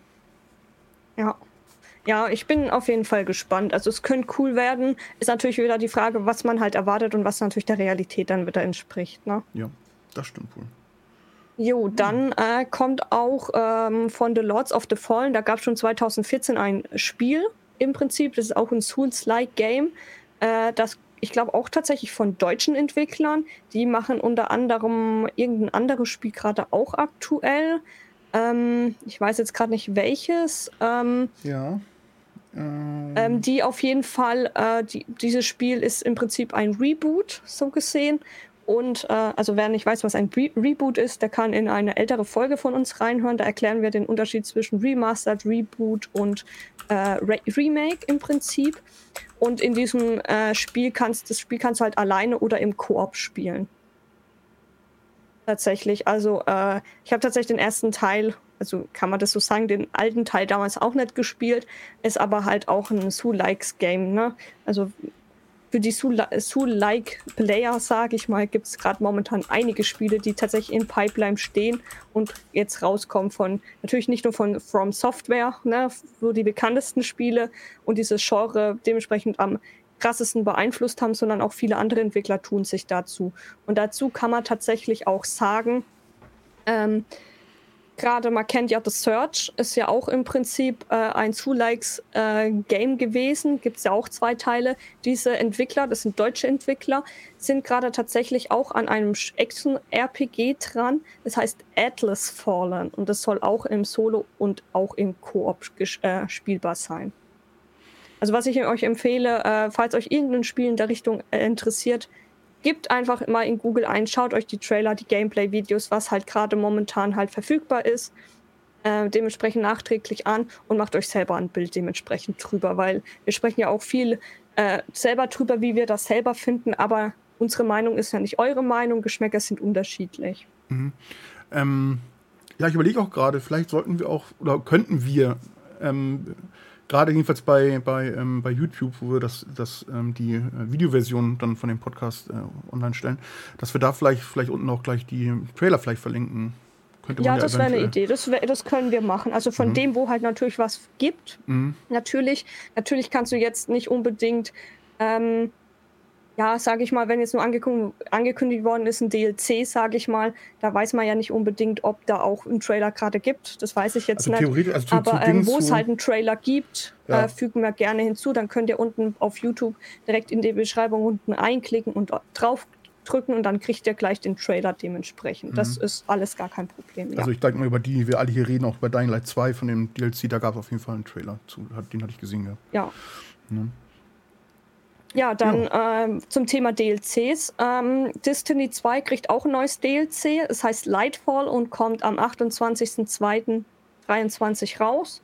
Ja, ich bin auf jeden Fall gespannt. Also es könnte cool werden. Ist natürlich wieder die Frage, was man halt erwartet und was natürlich der Realität dann wieder entspricht. Ne? Ja, das stimmt wohl. Jo, dann kommt auch von The Lords of the Fallen, da gab es schon 2014 ein Spiel im Prinzip. Das ist auch ein Souls-like Game, das ich glaube auch tatsächlich von deutschen Entwicklern. Die machen unter anderem irgendein anderes Spiel gerade auch aktuell. Ich weiß jetzt gerade nicht welches. Die auf jeden Fall, dieses Spiel ist im Prinzip ein Reboot, so gesehen. Und also wer nicht weiß, was ein Reboot ist, der kann in eine ältere Folge von uns reinhören. Da erklären wir den Unterschied zwischen Remastered, Reboot und Remake im Prinzip. Und in diesem Spiel kannst du halt alleine oder im Koop spielen. Tatsächlich. Also ich habe tatsächlich den ersten Teil, also kann man das so sagen, den alten Teil damals auch nicht gespielt. Ist aber halt auch ein Soul-Likes-Game, ne? Also für die Soul-like-Player, sage ich mal, gibt es gerade momentan einige Spiele, die tatsächlich in Pipeline stehen und jetzt rauskommen natürlich nicht nur von From Software, ne, so die bekanntesten Spiele und dieses Genre dementsprechend am krassesten beeinflusst haben, sondern auch viele andere Entwickler tun sich dazu. Und dazu kann man tatsächlich auch sagen, gerade man kennt ja The Search, ist ja auch im Prinzip ein Soul-Likes-Game gewesen. Gibt es ja auch 2 Teile. Diese Entwickler, das sind deutsche Entwickler, sind gerade tatsächlich auch an einem Action-RPG dran. Das heißt Atlas Fallen. Und das soll auch im Solo und auch im Koop spielbar sein. Also was ich euch empfehle, falls euch irgendein Spiel in der Richtung interessiert, gebt einfach mal in Google ein, schaut euch die Trailer, die Gameplay-Videos, was halt gerade momentan halt verfügbar ist. dementsprechend nachträglich an und macht euch selber ein Bild dementsprechend drüber, weil wir sprechen ja auch viel selber drüber, wie wir das selber finden, aber unsere Meinung ist ja nicht eure Meinung, Geschmäcker sind unterschiedlich. Ja, ich überlege auch gerade, vielleicht sollten wir auch, oder könnten wir, gerade jedenfalls bei YouTube, wo wir die Videoversion dann von dem Podcast online stellen, dass wir da vielleicht unten auch gleich die Trailer vielleicht verlinken. Ja, das wäre eine Idee. Das können wir machen. Also von dem, wo halt natürlich was gibt. Natürlich kannst du jetzt nicht unbedingt, sage ich mal, wenn jetzt nur angekündigt worden ist, ein DLC, sage ich mal, da weiß man ja nicht unbedingt, ob da auch einen Trailer gerade gibt. Das weiß ich jetzt nicht. Aber wo es halt einen Trailer gibt, fügen wir gerne hinzu. Dann könnt ihr unten auf YouTube direkt in die Beschreibung unten einklicken und drauf drücken und dann kriegt ihr gleich den Trailer dementsprechend. Das ist alles gar kein Problem. Also ich denke mal, über die wir alle hier reden, auch bei Dying Light 2 von dem DLC, da gab es auf jeden Fall einen Trailer zu. Den hatte ich gesehen, ja. Ja, dann zum Thema DLCs. Destiny 2 kriegt auch ein neues DLC. Es heißt Lightfall und kommt am 28.02.2023 raus.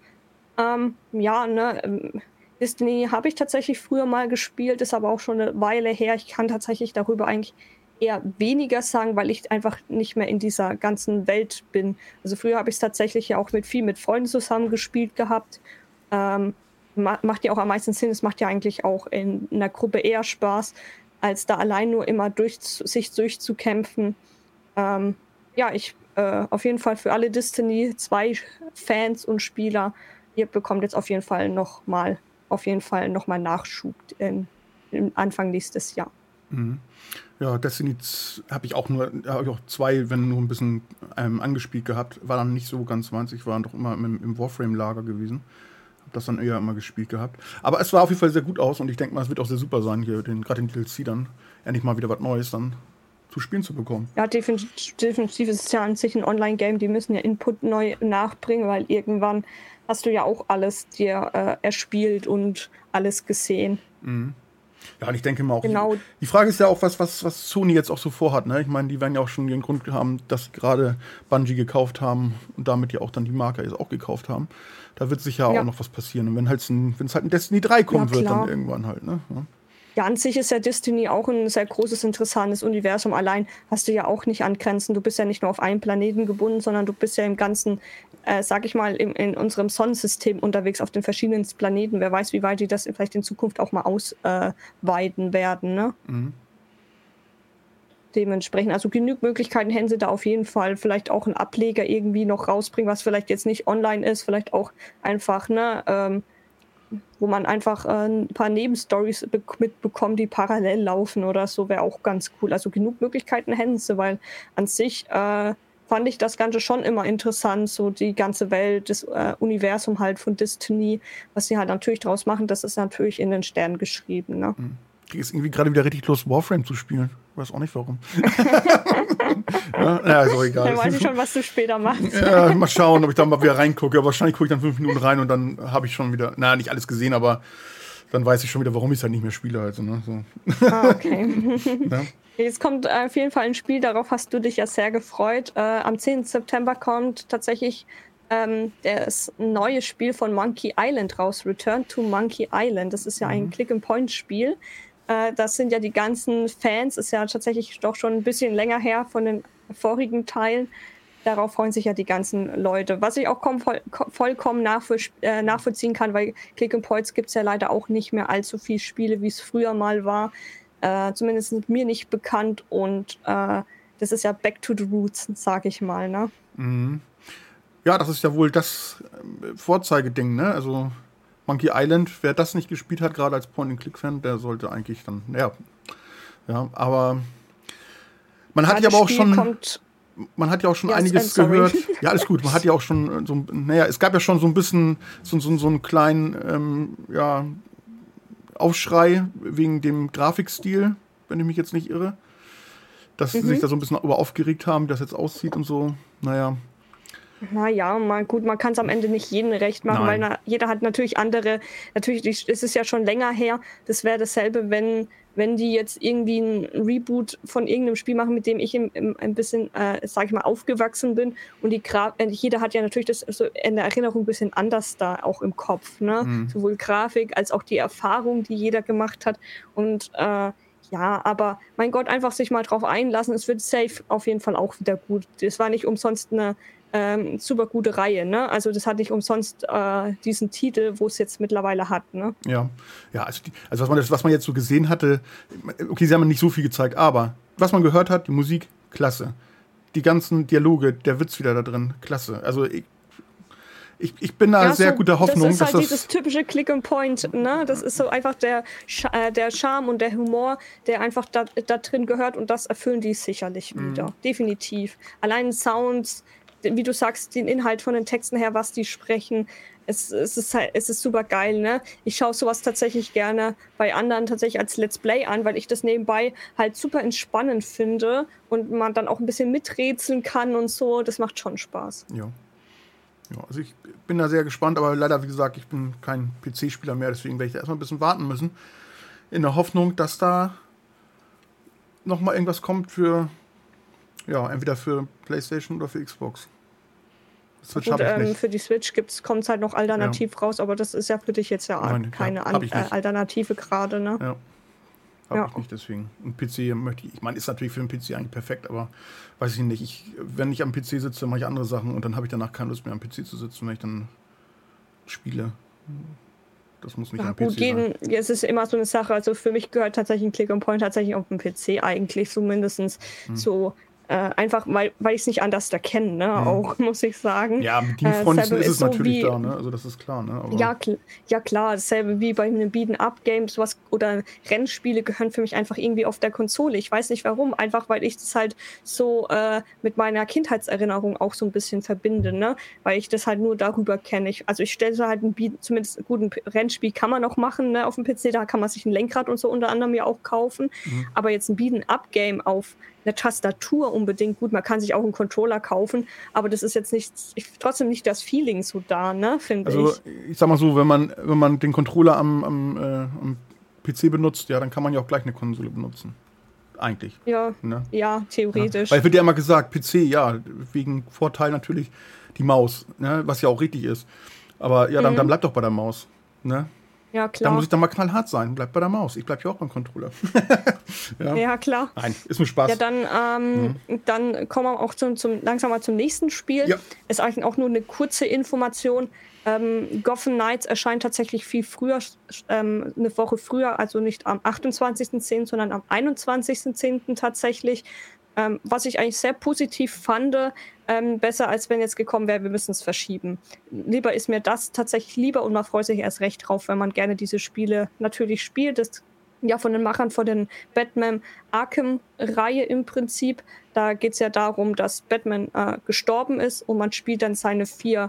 Destiny habe ich tatsächlich früher mal gespielt, ist aber auch schon eine Weile her. Ich kann tatsächlich darüber eigentlich eher weniger sagen, weil ich einfach nicht mehr in dieser ganzen Welt bin. Also früher habe ich es tatsächlich ja auch viel mit Freunden zusammen gespielt gehabt. Macht ja auch am meisten Sinn. Es macht ja eigentlich auch in einer Gruppe eher Spaß, als da allein nur immer sich durchzukämpfen. Auf jeden Fall für alle Destiny 2 Fans und Spieler, ihr bekommt jetzt auf jeden Fall noch mal Nachschub Anfang nächstes Jahr. Ja, Destiny habe ich auch 2, wenn nur ein bisschen angespielt gehabt. War dann nicht so ganz meins. Ich war doch immer im Warframe-Lager gewesen. Habe das dann eher immer gespielt gehabt. Aber es war auf jeden Fall sehr gut aus und ich denke mal, es wird auch sehr super sein, hier gerade den DLC dann endlich mal wieder was Neues dann zu spielen zu bekommen. Ja, definitiv ist es ja an sich ein Online-Game. Die müssen ja Input neu nachbringen, weil irgendwann hast du ja auch alles dir erspielt und alles gesehen. Ja, und ich denke mal auch, genau. Die Frage ist ja auch, was Sony jetzt auch so vorhat. Ne? Ich meine, die werden ja auch schon den Grund haben, dass sie gerade Bungie gekauft haben und damit ja auch dann die Marke jetzt auch gekauft haben. Da wird sicher auch noch was passieren. Und wenn es halt ein Destiny 3 kommen wird, dann irgendwann halt. Ne? Ja, an sich ist ja Destiny auch ein sehr großes, interessantes Universum. Allein hast du ja auch nicht an Grenzen. Du bist ja nicht nur auf einen Planeten gebunden, sondern du bist ja im ganzen, sag ich mal, in unserem Sonnensystem unterwegs auf den verschiedenen Planeten. Wer weiß, wie weit die das vielleicht in Zukunft auch mal ausweiten werden. Ne? Dementsprechend, also genug Möglichkeiten hätten sie da auf jeden Fall. Vielleicht auch einen Ableger irgendwie noch rausbringen, was vielleicht jetzt nicht online ist. Vielleicht auch einfach, wo man einfach ein paar Nebenstories mitbekommt, die parallel laufen oder so, wäre auch ganz cool. Also genug Möglichkeiten hätten sie, weil an sich fand ich das Ganze schon immer interessant, so die ganze Welt, das Universum halt von Destiny, was sie halt natürlich draus machen, das ist natürlich in den Sternen geschrieben. Ne? Ich kriege jetzt irgendwie gerade wieder richtig Lust, Warframe zu spielen. Ich weiß auch nicht, warum. Ist auch egal. Dann weiß ich schon, was du später machst. Ja, mal schauen, ob ich da mal wieder reingucke. Wahrscheinlich gucke ich dann 5 Minuten rein und dann habe ich schon wieder, nicht alles gesehen, aber dann weiß ich schon wieder, warum ich es halt nicht mehr spiele. Also, ne? So. Okay. Ja. Jetzt kommt auf jeden Fall ein Spiel, darauf hast du dich ja sehr gefreut. Am 10. September kommt tatsächlich das neue Spiel von Monkey Island raus, Return to Monkey Island. Das ist ja ein Click-and-Point-Spiel. Das sind ja die ganzen Fans, ist ja tatsächlich doch schon ein bisschen länger her von den vorigen Teilen. Darauf freuen sich ja die ganzen Leute. Was ich auch vollkommen nachvollziehen kann, weil Click-and-Points gibt es ja leider auch nicht mehr allzu viele Spiele, wie es früher mal war. Zumindest sind mir nicht bekannt. Und das ist ja Back to the Roots, sag ich mal. Ne? Ja, das ist ja wohl das Vorzeigeding, ne? Also Monkey Island, wer das nicht gespielt hat, gerade als Point-and-Click-Fan, der sollte eigentlich dann, aber man hat ja aber auch schon... Man hat ja auch schon einiges gehört. Ja, alles gut. Man hat ja auch schon es gab ja schon so ein bisschen so einen kleinen Aufschrei wegen dem Grafikstil, wenn ich mich jetzt nicht irre. Dass sie sich da so ein bisschen über aufgeregt haben, wie das jetzt aussieht und so. Naja. Naja, gut, man kann es am Ende nicht jedem recht machen, weil Nein. jeder hat natürlich andere, natürlich ist es ja schon länger her, das wäre dasselbe, wenn die jetzt irgendwie ein Reboot von irgendeinem Spiel machen, mit dem ich ein bisschen, sag ich mal, aufgewachsen bin und jeder hat ja natürlich das so in der Erinnerung ein bisschen anders da auch im Kopf, ne? Mhm. Sowohl Grafik als auch die Erfahrung, die jeder gemacht hat und ja, aber mein Gott, einfach sich mal drauf einlassen. Es wird safe auf jeden Fall auch wieder gut. Das war nicht umsonst eine super gute Reihe, ne? Also das hat nicht umsonst diesen Titel, wo es jetzt mittlerweile hat, ne? Ja, ja, also was man jetzt so gesehen hatte, okay, sie haben nicht so viel gezeigt, aber was man gehört hat, die Musik, klasse. Die ganzen Dialoge, der Witz wieder da drin, klasse. Also ich bin da Ja, sehr so, guter das Hoffnung, ist dass halt dieses das. typische Click and Point, ne? Das ist so einfach der Charme und der Humor, der einfach da drin gehört und das erfüllen die sicherlich Mhm. wieder. Definitiv. Allein Sounds, wie du sagst, den Inhalt von den Texten her, was die sprechen, es ist super geil, ne? Ich schaue sowas tatsächlich gerne bei anderen tatsächlich als Let's Play an, weil ich das nebenbei halt super entspannend finde und man dann auch ein bisschen miträtseln kann und so. Das macht schon Spaß. Ja. Ja, also ich bin da sehr gespannt, aber leider, wie gesagt, ich bin kein PC-Spieler mehr, deswegen werde ich da erstmal ein bisschen warten müssen. In der Hoffnung, dass da nochmal irgendwas kommt für, ja, entweder für PlayStation oder für Xbox. Switch Gut, habe ich nicht. für die Switch kommt es halt noch Ja, alternativ raus, aber das ist ja für dich jetzt ja nein, ja, keine habe ich nicht. Alternative gerade, ne? Ja, habe Ja. ich nicht, deswegen. Ein PC möchte ich meine, ist natürlich für einen PC eigentlich perfekt, aber weiß ich nicht. Wenn ich am PC sitze, mache ich andere Sachen und dann habe ich danach keine Lust mehr am PC zu sitzen, wenn ich dann spiele. Das muss nicht Ja, am gut, PC sein. es ist immer so eine Sache. Also für mich gehört tatsächlich ein Click and Point tatsächlich auf dem PC eigentlich, so mindestens Hm. so. Einfach, weil ich es nicht anders erkenne, ne? Hm. Auch, muss ich sagen. Ja, mit Teamfreundlichen Dasselbe ist es ist so natürlich wie, da, ne? Also das ist klar, ne? Aber ja klar, dasselbe wie bei einem Beaten-up-Game, sowas oder Rennspiele gehören für mich einfach irgendwie auf der Konsole. Ich weiß nicht warum, einfach weil ich das halt so mit meiner Kindheitserinnerung auch so ein bisschen verbinde, ne? Weil ich das halt nur darüber kenne. Also ich stelle halt zumindest einen guten Rennspiel kann man noch machen, ne, auf dem PC, da kann man sich ein Lenkrad und so unter anderem ja auch kaufen. hm. Aber jetzt ein Beaten-up-Game auf einer Tastatur unbedingt, gut, man kann sich auch einen Controller kaufen, aber das ist jetzt trotzdem nicht das Feeling so da, ne, finde Also ich. ich sag mal so, wenn man den Controller am PC benutzt, ja, dann kann man ja auch gleich eine Konsole benutzen. Eigentlich. Ja, Ne? ja, Ja. Weil theoretisch. es wird ja immer gesagt, PC, ja, wegen Vorteil natürlich die Maus, ne? Was ja auch richtig ist. Aber ja, dann Mhm. bleib doch bei der Maus. Ne? Ja, Da muss klar. ich dann mal knallhart sein. Bleib bei der Maus. Ich bleib ja auch beim Controller. Ja. Ja, klar. Nein, ist nur Ja, Spaß. Mhm. dann kommen wir auch langsam mal zum nächsten Spiel. Ja. Ist eigentlich auch nur eine kurze Information. Gotham Knights erscheint tatsächlich viel früher, eine Woche früher, also nicht am 28.10., sondern am 21.10. tatsächlich. Was ich eigentlich sehr positiv fand, besser als wenn jetzt gekommen wäre, wir müssen es verschieben. Lieber ist mir das tatsächlich lieber und man freut sich erst recht drauf, wenn man gerne diese Spiele natürlich spielt. Das ja von den Machern von den Batman Arkham-Reihe im Prinzip. Da geht es ja darum, dass Batman gestorben ist und man spielt dann seine vier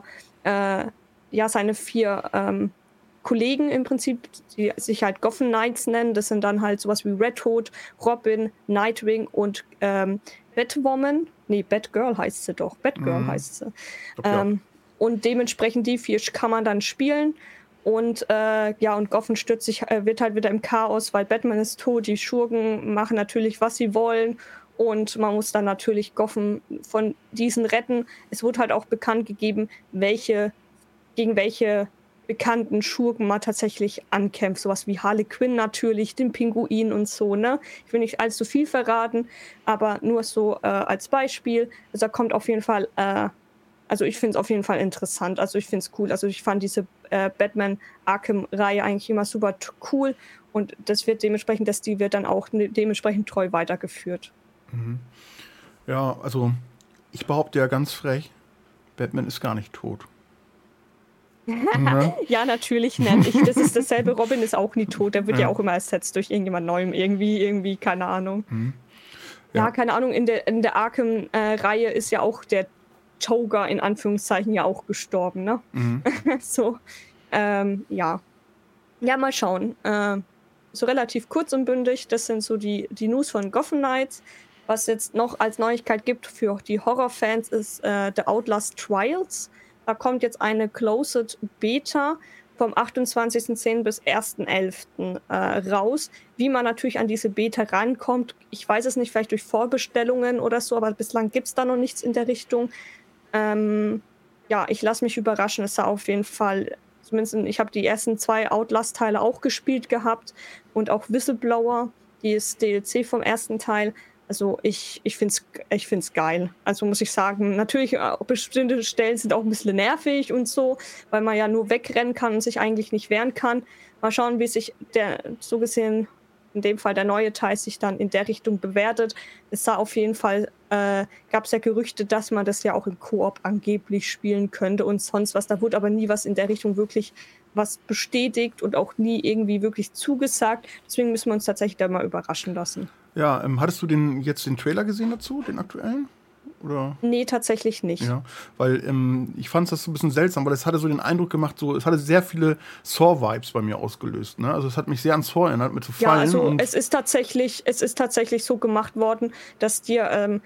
Kollegen im Prinzip, die sich halt Gotham Knights nennen. Das sind dann halt sowas wie Red Hood, Robin, Nightwing und Batwoman. Nee, Batgirl heißt sie doch. Batgirl Mhm. heißt sie. Ja. Und dementsprechend die vier kann man dann spielen. Und und Gotham wird halt wieder im Chaos, weil Batman ist tot. Die Schurken machen natürlich, was sie wollen. Und man muss dann natürlich Gotham von diesen retten. Es wurde halt auch bekannt gegeben, gegen welche bekannten Schurken man tatsächlich ankämpft. Sowas wie Harley Quinn natürlich, den Pinguin und so, ne? Ich will nicht allzu viel verraten, aber nur so als Beispiel. Also da kommt auf jeden Fall, also ich finde es auf jeden Fall interessant. Also ich finde es cool. Also ich fand diese Batman Arkham-Reihe eigentlich immer super cool. Und das wird dementsprechend, die wird dann auch dementsprechend treu weitergeführt. Mhm. Ja, also ich behaupte ja ganz frech, Batman ist gar nicht tot. Ne? Ja, natürlich nicht. Das ist dasselbe. Robin ist auch nie tot. Der wird ja Ja. auch immer ersetzt durch irgendjemand Neuem. Irgendwie, keine Ahnung. Mhm. Ja, Ja. keine Ahnung. In der Arkham-Reihe ist ja auch der Joker in Anführungszeichen ja auch gestorben, ne? Mhm. So, ja. Ja, mal schauen. So relativ kurz und bündig. Das sind so die News von Gotham Knights. Was jetzt noch als Neuigkeit gibt für die Horrorfans ist The Outlast Trials. Da kommt jetzt eine Closed Beta vom 28.10. bis 1.11. Raus. Wie man natürlich an diese Beta rankommt, ich weiß es nicht, vielleicht durch Vorbestellungen oder so, aber bislang gibt es da noch nichts in der Richtung. Ja, ich lasse mich überraschen. Es sah auf jeden Fall, zumindest ich habe die ersten 2 Outlast-Teile auch gespielt gehabt und auch Whistleblower, die ist DLC vom ersten Teil. Also ich find's geil. Also muss ich sagen, natürlich bestimmte Stellen sind auch ein bisschen nervig und so, weil man ja nur wegrennen kann und sich eigentlich nicht wehren kann. Mal schauen, wie sich so gesehen, in dem Fall der neue Teil sich dann in der Richtung bewertet. Es sah auf jeden Fall, gab es ja Gerüchte, dass man das ja auch im Koop angeblich spielen könnte und sonst was. Da wurde aber nie was in der Richtung wirklich was bestätigt und auch nie irgendwie wirklich zugesagt. Deswegen müssen wir uns tatsächlich da mal überraschen lassen. Ja, hattest du jetzt den Trailer gesehen dazu, den aktuellen? Oder? Nee, tatsächlich nicht. Ja, weil ich fand das so ein bisschen seltsam, weil es hatte so den Eindruck gemacht, so es hatte sehr viele Saw-Vibes bei mir ausgelöst. Ne? Also es hat mich sehr an Saw erinnert, mit so Fallen. Ja, also es ist tatsächlich so gemacht worden, dass dir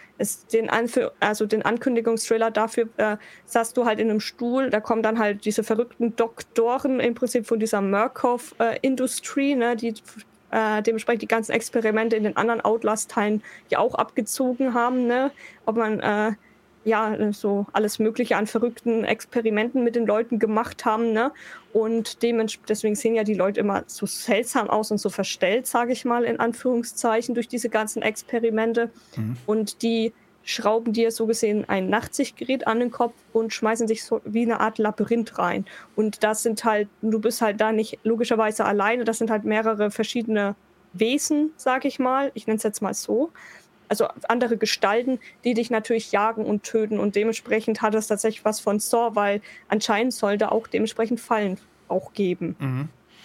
den Ankündigungstrailer dafür saßt du halt in einem Stuhl, da kommen dann halt diese verrückten Doktoren im Prinzip von dieser Murkoff-Industrie, ne, die dementsprechend die ganzen Experimente in den anderen Outlast-Teilen ja auch abgezogen haben, ne? Ob man so alles Mögliche an verrückten Experimenten mit den Leuten gemacht haben, ne? Und deswegen sehen ja die Leute immer so seltsam aus und so verstellt, sage ich mal, in Anführungszeichen, durch diese ganzen Experimente. Und die schrauben dir so gesehen ein Nachtsichtgerät an den Kopf und schmeißen sich so wie eine Art Labyrinth rein. Und das sind halt, du bist halt da nicht logischerweise alleine, das sind halt mehrere verschiedene Wesen, sag ich mal. Ich nenne es jetzt mal so. Also andere Gestalten, die dich natürlich jagen und töten. Und dementsprechend hat es tatsächlich was von Saw, weil anscheinend sollte auch dementsprechend Fallen auch geben. Mhm.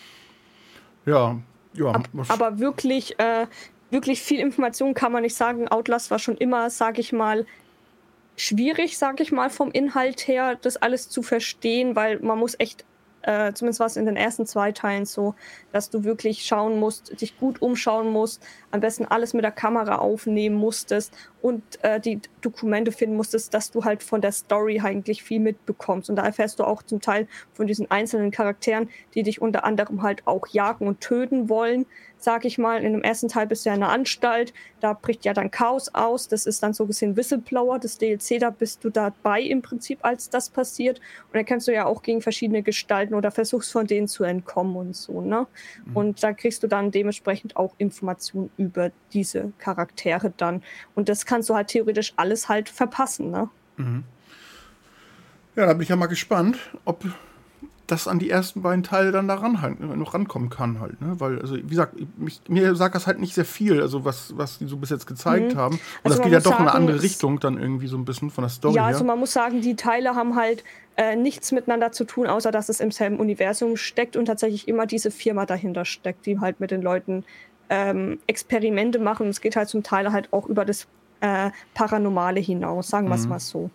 Ja. Aber wirklich viel Information kann man nicht sagen. Outlast war schon immer, sage ich mal, schwierig, sage ich mal, vom Inhalt her, das alles zu verstehen, weil man muss echt, zumindest war es in den ersten 2 Teilen so, dass du wirklich schauen musst, dich gut umschauen musst, am besten alles mit der Kamera aufnehmen musstest und die Dokumente finden musstest, dass du halt von der Story eigentlich viel mitbekommst. Und da erfährst du auch zum Teil von diesen einzelnen Charakteren, die dich unter anderem halt auch jagen und töten wollen, sag ich mal. In dem ersten Teil bist du ja in einer Anstalt, da bricht ja dann Chaos aus, das ist dann so gesehen Whistleblower, das DLC, da bist du dabei im Prinzip, als das passiert. Und dann kämpfst du ja auch gegen verschiedene Gestalten oder versuchst von denen zu entkommen und so, ne? Und da kriegst du dann dementsprechend auch Informationen über diese Charaktere dann. Und das kannst du halt theoretisch alles halt verpassen, ne? Ja, da bin ich ja mal gespannt, ob das an die ersten beiden Teile dann daran halt noch rankommen kann halt, ne? Weil, also wie gesagt, mir sagt das halt nicht sehr viel, also was die so bis jetzt gezeigt haben. Und also das geht ja doch in eine andere Richtung dann irgendwie so ein bisschen von der Story her. Ja, also man muss sagen, die Teile haben halt nichts miteinander zu tun, außer dass es im selben Universum steckt und tatsächlich immer diese Firma dahinter steckt, die halt mit den Leuten Experimente machen. Und es geht halt zum Teil halt auch über das Paranormale hinaus, sagen wir es mal so.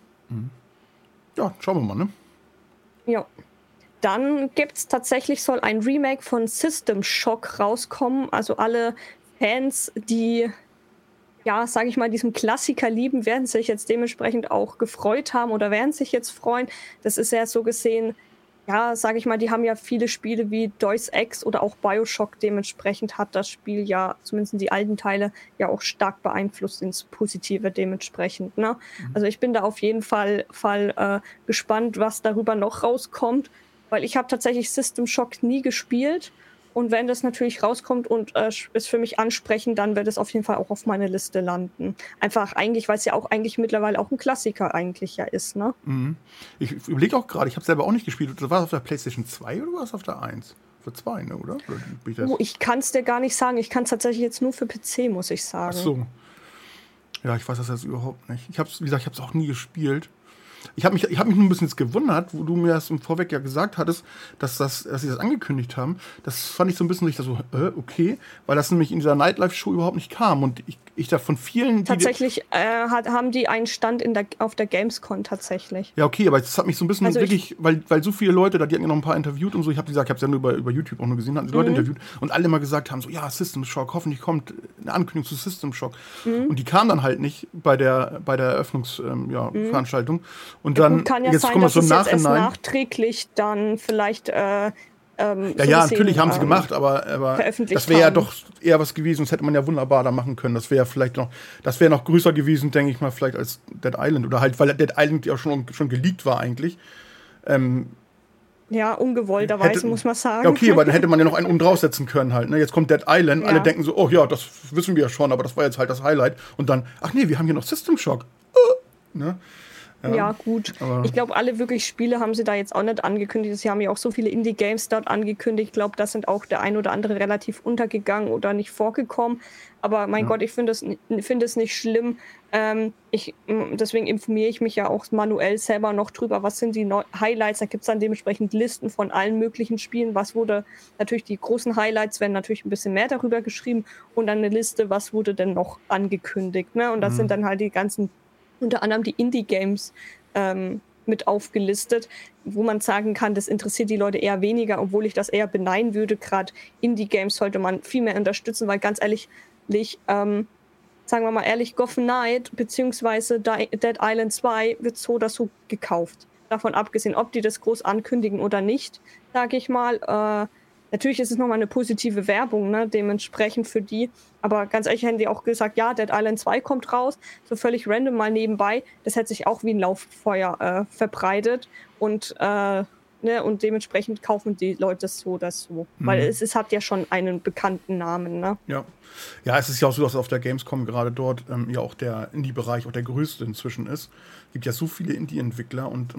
Ja, schauen wir mal, ne? Ja. Dann soll ein Remake von System Shock rauskommen. Also alle Fans, die, ja, sage ich mal, diesen Klassiker lieben, werden sich jetzt dementsprechend auch gefreut haben oder werden sich jetzt freuen. Das ist ja so gesehen, ja, sage ich mal, die haben ja viele Spiele wie Deus Ex oder auch Bioshock. Dementsprechend hat das Spiel ja, zumindest die alten Teile, ja auch stark beeinflusst ins Positive dementsprechend, ne? Also ich bin da auf jeden Fall gespannt, was darüber noch rauskommt. Weil ich habe tatsächlich System Shock nie gespielt. Und wenn das natürlich rauskommt und es für mich ansprechen, dann wird es auf jeden Fall auch auf meine Liste landen. Einfach eigentlich, weil es ja auch eigentlich mittlerweile auch ein Klassiker eigentlich ja ist, ne? Ich überlege auch gerade, ich habe selber auch nicht gespielt. War es auf der PlayStation 2 oder war es auf der 1? Für 2, ne, oder? Ich kann es dir gar nicht sagen. Ich kann es tatsächlich jetzt nur für PC, muss ich sagen. Ach so. Ja, ich weiß das jetzt überhaupt nicht. Wie gesagt, ich habe es auch nie gespielt. Ich hab mich nur ein bisschen jetzt gewundert, wo du mir das im Vorweg ja gesagt hattest, dass sie das angekündigt haben. Das fand ich so ein bisschen, okay, weil das nämlich in dieser Nightlife-Show überhaupt nicht kam. Und ich da von vielen... Tatsächlich haben die einen Stand auf der Gamescom tatsächlich. Ja, okay, aber das hat mich so ein bisschen wirklich, weil so viele Leute, die hatten ja noch ein paar interviewt und so, ich habe es ja nur über YouTube auch nur gesehen, hatten die Leute interviewt und alle immer gesagt haben, so, ja, System Shock, hoffentlich kommt eine Ankündigung zu System Shock. Und die kam dann halt nicht bei der Eröffnungsveranstaltung. Und dann, kann ja jetzt sein, kommen wir dass so im es jetzt erst Nachhinein. Nachträglich dann vielleicht Natürlich haben sie gemacht, aber das wäre ja doch eher was gewesen, das hätte man ja wunderbar da machen können. Das wäre noch größer gewesen, denke ich mal, vielleicht als Dead Island. Oder halt, weil Dead Island ja schon geleakt war eigentlich. Ja, ungewollterweise, muss man sagen. Ja, okay, aber dann hätte man ja noch einen oben draufsetzen können halt. Ne? Jetzt kommt Dead Island, alle denken so, oh ja, das wissen wir ja schon, aber das war jetzt halt das Highlight. Und dann, ach nee, wir haben hier noch System Shock. Ne? Ja, gut. Ich glaube, alle wirklich Spiele haben sie da jetzt auch nicht angekündigt. Sie haben ja auch so viele Indie-Games dort angekündigt. Ich glaube, da sind auch der ein oder andere relativ untergegangen oder nicht vorgekommen. Aber mein Gott, ich finde es nicht schlimm. Deswegen informiere ich mich ja auch manuell selber noch drüber, was sind die Highlights. Da gibt es dann dementsprechend Listen von allen möglichen Spielen. Was wurde, natürlich die großen Highlights werden natürlich ein bisschen mehr darüber geschrieben. Und dann eine Liste, was wurde denn noch angekündigt. Ne? Und das sind dann halt die ganzen, unter anderem die Indie-Games mit aufgelistet, wo man sagen kann, das interessiert die Leute eher weniger, obwohl ich das eher beneiden würde. Gerade Indie-Games sollte man viel mehr unterstützen, weil ganz ehrlich, sagen wir mal ehrlich, Gotham Knight bzw. Dead Island 2 wird so oder so gekauft. Davon abgesehen, ob die das groß ankündigen oder nicht, sage ich mal. Natürlich ist es nochmal eine positive Werbung, ne, dementsprechend für die. Aber ganz ehrlich hätten die auch gesagt, ja, Dead Island 2 kommt raus, so völlig random mal nebenbei. Das hätte sich auch wie ein Lauffeuer verbreitet. Und dementsprechend kaufen die Leute das so oder so. Weil es hat ja schon einen bekannten Namen, ne? Ja. Ja, es ist ja auch so, dass auf der Gamescom gerade dort ja auch der Indie-Bereich auch der größte inzwischen ist. Es gibt ja so viele Indie-Entwickler und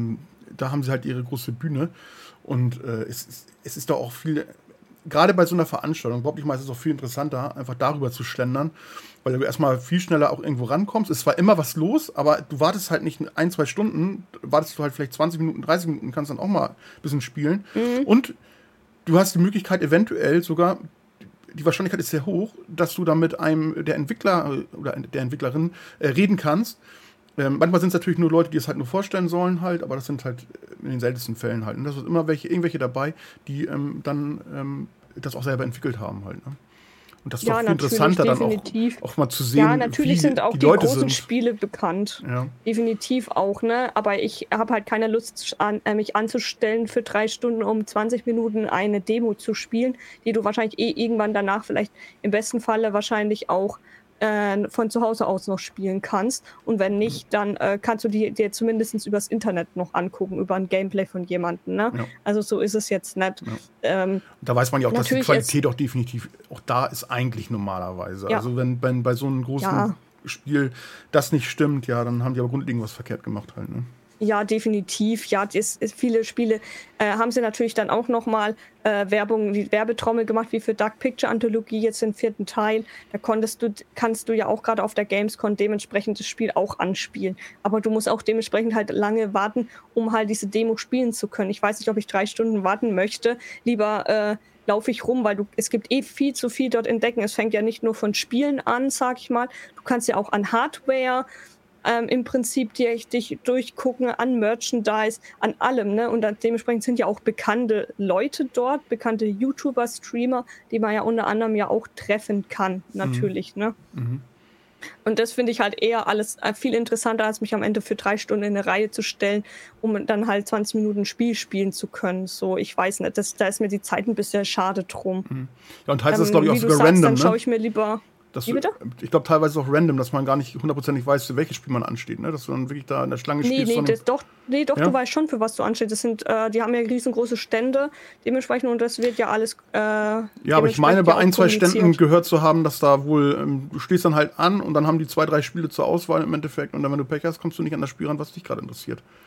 da haben sie halt ihre große Bühne. Und es ist doch auch viel, gerade bei so einer Veranstaltung, glaube ich mal, ist es auch viel interessanter, einfach darüber zu schlendern, weil du erstmal viel schneller auch irgendwo rankommst. Es war immer was los, aber du wartest halt nicht 1-2 Stunden, wartest du halt vielleicht 20 Minuten, 30 Minuten, kannst dann auch mal ein bisschen spielen. Und du hast die Möglichkeit eventuell sogar, die Wahrscheinlichkeit ist sehr hoch, dass du da mit einem der Entwickler oder der Entwicklerin reden kannst. Manchmal sind es natürlich nur Leute, die es halt nur vorstellen sollen halt, aber das sind halt in den seltensten Fällen halt. Und da sind immer irgendwelche dabei, die dann das auch selber entwickelt haben halt. Ne? Und das ist doch viel interessanter definitiv. Dann auch mal zu sehen, ja, natürlich wie sind auch die Leute großen sind. Spiele bekannt. Ja. Definitiv auch, ne? Aber ich habe halt keine Lust, mich anzustellen für 3 Stunden, um 20 Minuten eine Demo zu spielen, die du wahrscheinlich irgendwann danach vielleicht im besten Falle wahrscheinlich auch von zu Hause aus noch spielen kannst. Und wenn nicht, dann kannst du dir zumindest übers Internet noch angucken, über ein Gameplay von jemandem. Ne? Ja. Also so ist es jetzt nicht. Ja. Da weiß man ja auch, dass die Qualität auch definitiv auch da ist eigentlich normalerweise. Ja. Also wenn bei so einem großen Spiel das nicht stimmt, ja, dann haben die aber grundlegend was verkehrt gemacht halt. Ne? Ja, definitiv. Ja, viele Spiele haben sie natürlich dann auch nochmal die Werbetrommel gemacht, wie für Dark Picture Anthologie jetzt den 4. Teil. Da kannst du ja auch gerade auf der Gamescom dementsprechend das Spiel auch anspielen. Aber du musst auch dementsprechend halt lange warten, um halt diese Demo spielen zu können. Ich weiß nicht, ob ich 3 Stunden warten möchte. Lieber laufe ich rum, weil es gibt viel zu viel dort entdecken. Es fängt ja nicht nur von Spielen an, sag ich mal. Du kannst ja auch an Hardware im Prinzip dich durchgucken, an Merchandise, an allem, ne? Und dementsprechend sind ja auch bekannte Leute dort, bekannte YouTuber, Streamer, die man ja unter anderem ja auch treffen kann, natürlich, ne? Und das finde ich halt eher alles viel interessanter, als mich am Ende für 3 Stunden in eine Reihe zu stellen, um dann halt 20 Minuten ein Spiel spielen zu können. So, ich weiß nicht, da ist mir die Zeit ein bisschen schade drum. Ja, und teils ist das, glaube ich, auch sogar random, dann ne? schaue ich mir lieber... Ich glaube, teilweise ist auch random, dass man gar nicht hundertprozentig weiß, für welches Spiel man ansteht, ne? Dass du dann wirklich da in der Schlange stehst. Ja? Du weißt schon, für was du anstehst. Die haben ja riesengroße Stände, dementsprechend, und das wird ja alles ja, aber ich meine, bei 1-2 Ständen gehört zu haben, dass da wohl, du stehst dann halt an und dann haben die 2-3 Spiele zur Auswahl im Endeffekt und dann, wenn du Pech hast, kommst du nicht an das Spiel ran, was dich gerade interessiert.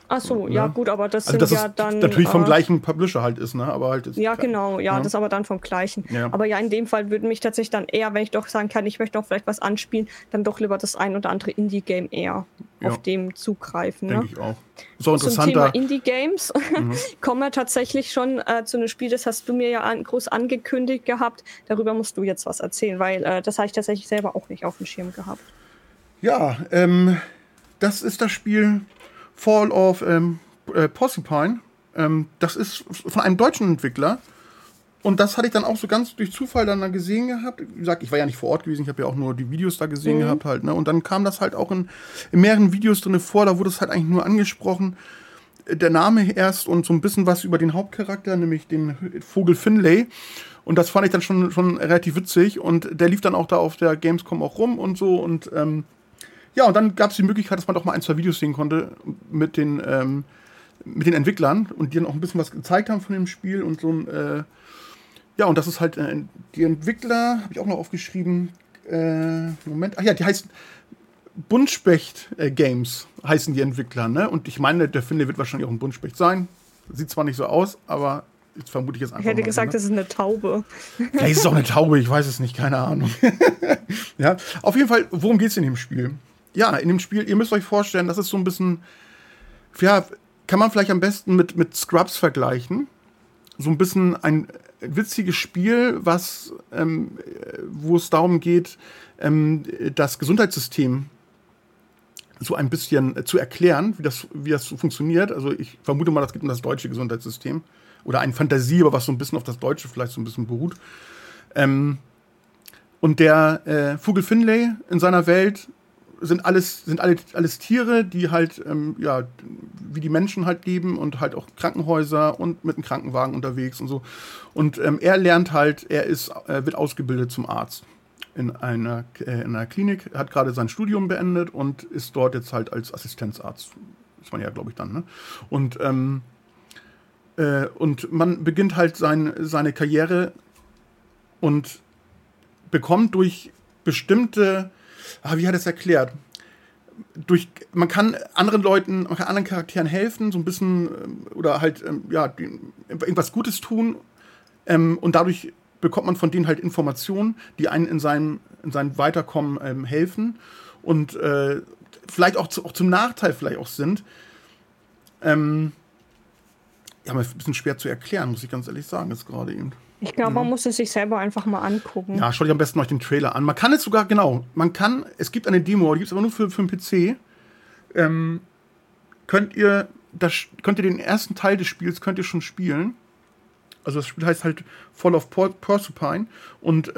Ach so, Ne? ja gut, aber das Also sind dass ja es dann... natürlich vom gleichen Publisher halt ist, ne? Aber halt ist Ja, genau, ja, das aber dann vom Gleichen. Ja. Aber ja, in dem Fall würde mich tatsächlich dann eher, wenn ich doch sagen kann, ich möchte auch vielleicht was anspielen, dann doch lieber das ein oder andere Indie-Game eher auf dem zugreifen. Denke Ne? ich auch. Ist auch Zum Thema interessanter. Indie-Games kommen wir tatsächlich schon zu einem Spiel, das hast du mir ja groß angekündigt gehabt. Darüber musst du jetzt was erzählen, weil das habe ich tatsächlich selber auch nicht auf dem Schirm gehabt. Ja, das ist das Spiel Fall of Porcupine. Das ist von einem deutschen Entwickler. Und das hatte ich dann auch so ganz durch Zufall dann gesehen gehabt. Wie gesagt, ich war ja nicht vor Ort gewesen, ich habe ja auch nur die Videos da gesehen gehabt halt. Ne? Und dann kam das halt auch in mehreren Videos drin vor, da wurde es halt eigentlich nur angesprochen. Der Name erst und so ein bisschen was über den Hauptcharakter, nämlich den Vogel Finlay. Und das fand ich dann schon relativ witzig. Und der lief dann auch da auf der Gamescom auch rum und so. Und ja, und dann gab es die Möglichkeit, dass man doch mal 1, 2 Videos sehen konnte mit den Entwicklern und die dann auch ein bisschen was gezeigt haben von dem Spiel und so ein ja, und das ist halt die Entwickler, habe ich auch noch aufgeschrieben. Moment, ach ja, die heißen Buntspecht Games, heißen die Entwickler, ne? Und ich meine, der Finlay wird wahrscheinlich auch ein Buntspecht sein. Sieht zwar nicht so aus, aber jetzt vermute ich jetzt einfach Ich hätte mal, gesagt, ne? das ist eine Taube. Vielleicht ist es auch eine Taube, ich weiß es nicht, keine Ahnung. Ja, auf jeden Fall, worum geht es in dem Spiel? Ja, in dem Spiel, ihr müsst euch vorstellen, das ist so ein bisschen, ja, kann man vielleicht am besten mit Scrubs vergleichen. So ein bisschen ein witziges Spiel, wo es darum geht, das Gesundheitssystem so ein bisschen zu erklären, wie das so funktioniert. Also ich vermute mal, das geht um das deutsche Gesundheitssystem oder eine Fantasie, aber was so ein bisschen auf das Deutsche vielleicht so ein bisschen beruht. Und der Vogel Finlay in seiner Welt sind alles Tiere, die halt, ja, wie die Menschen halt leben und halt auch Krankenhäuser und mit einem Krankenwagen unterwegs und so. Und er lernt halt, wird ausgebildet zum Arzt in einer Klinik, hat gerade sein Studium beendet und ist dort jetzt halt als Assistenzarzt. Ist man ja, glaube ich, dann, ne? Und man beginnt halt seine Karriere und bekommt durch bestimmte, wie hat er es erklärt? Man kann anderen Charakteren helfen, so ein bisschen, oder halt, ja, irgendwas Gutes tun. Und dadurch bekommt man von denen halt Informationen, die einen in seinem Weiterkommen helfen. Und vielleicht auch zum Nachteil vielleicht auch sind. Ja, ein bisschen schwer zu erklären, muss ich ganz ehrlich sagen, ist gerade eben. Ich glaube, man muss es sich selber einfach mal angucken. Ja, schaut euch am besten euch den Trailer an. Man kann es sogar, es gibt eine Demo, die gibt es aber nur für den PC. Könnt ihr den ersten Teil des Spiels schon spielen. Also das Spiel heißt halt Fall of Porcupine. Und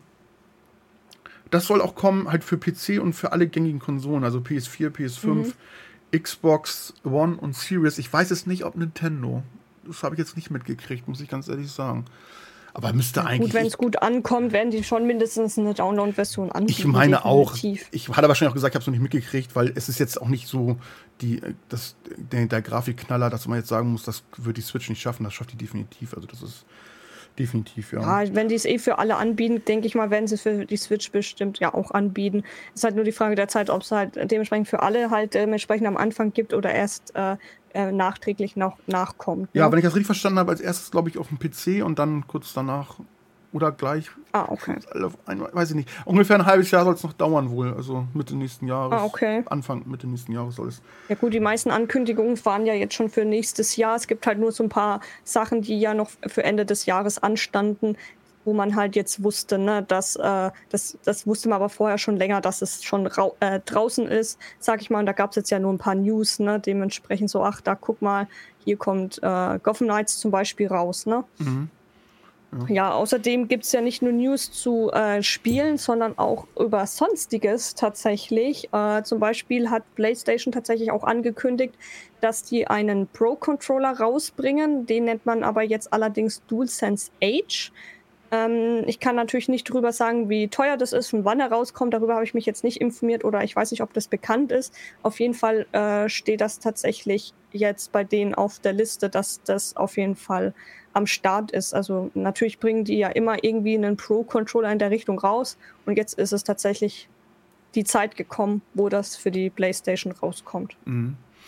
das soll auch kommen halt für PC und für alle gängigen Konsolen, also PS4, PS5, Xbox One und Series. Ich weiß es nicht, ob Nintendo. Das habe ich jetzt nicht mitgekriegt, muss ich ganz ehrlich sagen. Aber müsste eigentlich... Gut, wenn es gut ankommt, werden die schon mindestens eine Download-Version anbieten. Ich meine definitiv. auch. Ich hatte wahrscheinlich auch gesagt, ich habe es noch nicht mitgekriegt, weil es ist jetzt auch nicht so der Grafikknaller, dass man jetzt sagen muss, das wird die Switch nicht schaffen. Das schafft die definitiv. Also das ist definitiv, ja. Ja, wenn die es für alle anbieten, denke ich mal, werden sie es für die Switch bestimmt ja auch anbieten. Es ist halt nur die Frage der Zeit, ob es halt dementsprechend für alle halt dementsprechend am Anfang gibt oder erst nachträglich noch nachkommt. Ne? Ja, wenn ich das richtig verstanden habe, als erstes, glaube ich, auf dem PC und dann kurz danach oder gleich. Ah, okay. Weiß ich nicht. Ungefähr ein halbes Jahr soll es noch dauern wohl. Also Mitte nächsten Jahres. Ah, okay. Anfang Mitte nächsten Jahres soll es. Ja gut, die meisten Ankündigungen waren ja jetzt schon für nächstes Jahr. Es gibt halt nur so ein paar Sachen, die ja noch für Ende des Jahres anstanden, wo man halt jetzt wusste, ne, das wusste man aber vorher schon länger, dass es schon draußen ist, sag ich mal. Und da gab es jetzt ja nur ein paar News, ne, dementsprechend so, ach, da guck mal, hier kommt Gotham Knights zum Beispiel raus, ne. Ja, außerdem gibt es ja nicht nur News zu Spielen, sondern auch über Sonstiges tatsächlich. Zum Beispiel hat PlayStation tatsächlich auch angekündigt, dass die einen Pro-Controller rausbringen. Den nennt man aber jetzt allerdings DualSense Edge. Ich kann natürlich nicht drüber sagen, wie teuer das ist und wann er rauskommt. Darüber habe ich mich jetzt nicht informiert oder ich weiß nicht, ob das bekannt ist. Auf jeden Fall steht das tatsächlich jetzt bei denen auf der Liste, dass das auf jeden Fall am Start ist. Also natürlich bringen die ja immer irgendwie einen Pro-Controller in der Richtung raus. Und jetzt ist es tatsächlich die Zeit gekommen, wo das für die PlayStation rauskommt. Mhm.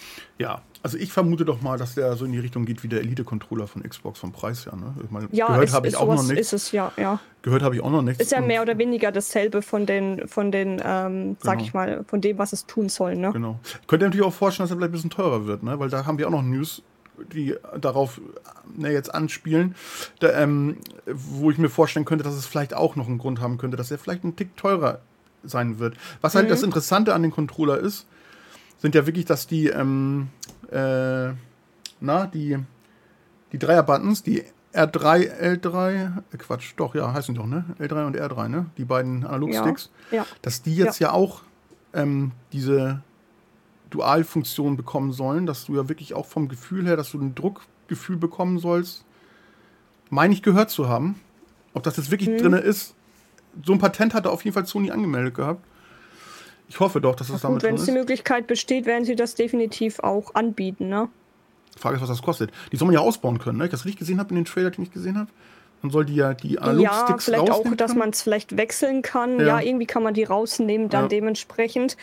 Ja, also ich vermute doch mal, dass der so in die Richtung geht wie der Elite-Controller von Xbox vom Preis her. Ne? Ich meine, Ja, gehört habe ich auch noch nichts. Ist es, ja. Gehört habe ich auch noch nichts. Ist ja mehr oder weniger dasselbe von den sag ich mal, von dem, was es tun soll. Ne? Genau. Ich könnte mir natürlich auch vorstellen, dass er vielleicht ein bisschen teurer wird, ne? Weil da haben wir auch noch News, die darauf jetzt anspielen, wo ich mir vorstellen könnte, dass es vielleicht auch noch einen Grund haben könnte, dass er vielleicht ein Tick teurer sein wird. Was halt das Interessante an den Controller ist, sind ja wirklich, dass die die Dreier-Buttons, die R3, L3, Quatsch, doch, ja, heißen die doch, ne? L3 und R3, ne? Die beiden Analog-Sticks, dass die jetzt ja auch diese Dualfunktion bekommen sollen, dass du ja wirklich auch vom Gefühl her, dass du ein Druckgefühl bekommen sollst, meine ich gehört zu haben. Ob das jetzt wirklich drin ist, so ein Patent hat auf jeden Fall Sony angemeldet gehabt. Ich hoffe doch, dass das damit drin ist. Wenn die Möglichkeit besteht, werden sie das definitiv auch anbieten, ne? Die Frage ist, was das kostet. Die soll man ja ausbauen können, ne? Ich das richtig gesehen habe in den Trailer, den ich gesehen habe. Man soll die Analog-Sticks vielleicht rausnehmen auch, dass man es vielleicht wechseln kann. Ja, irgendwie kann man die rausnehmen, dann dementsprechend.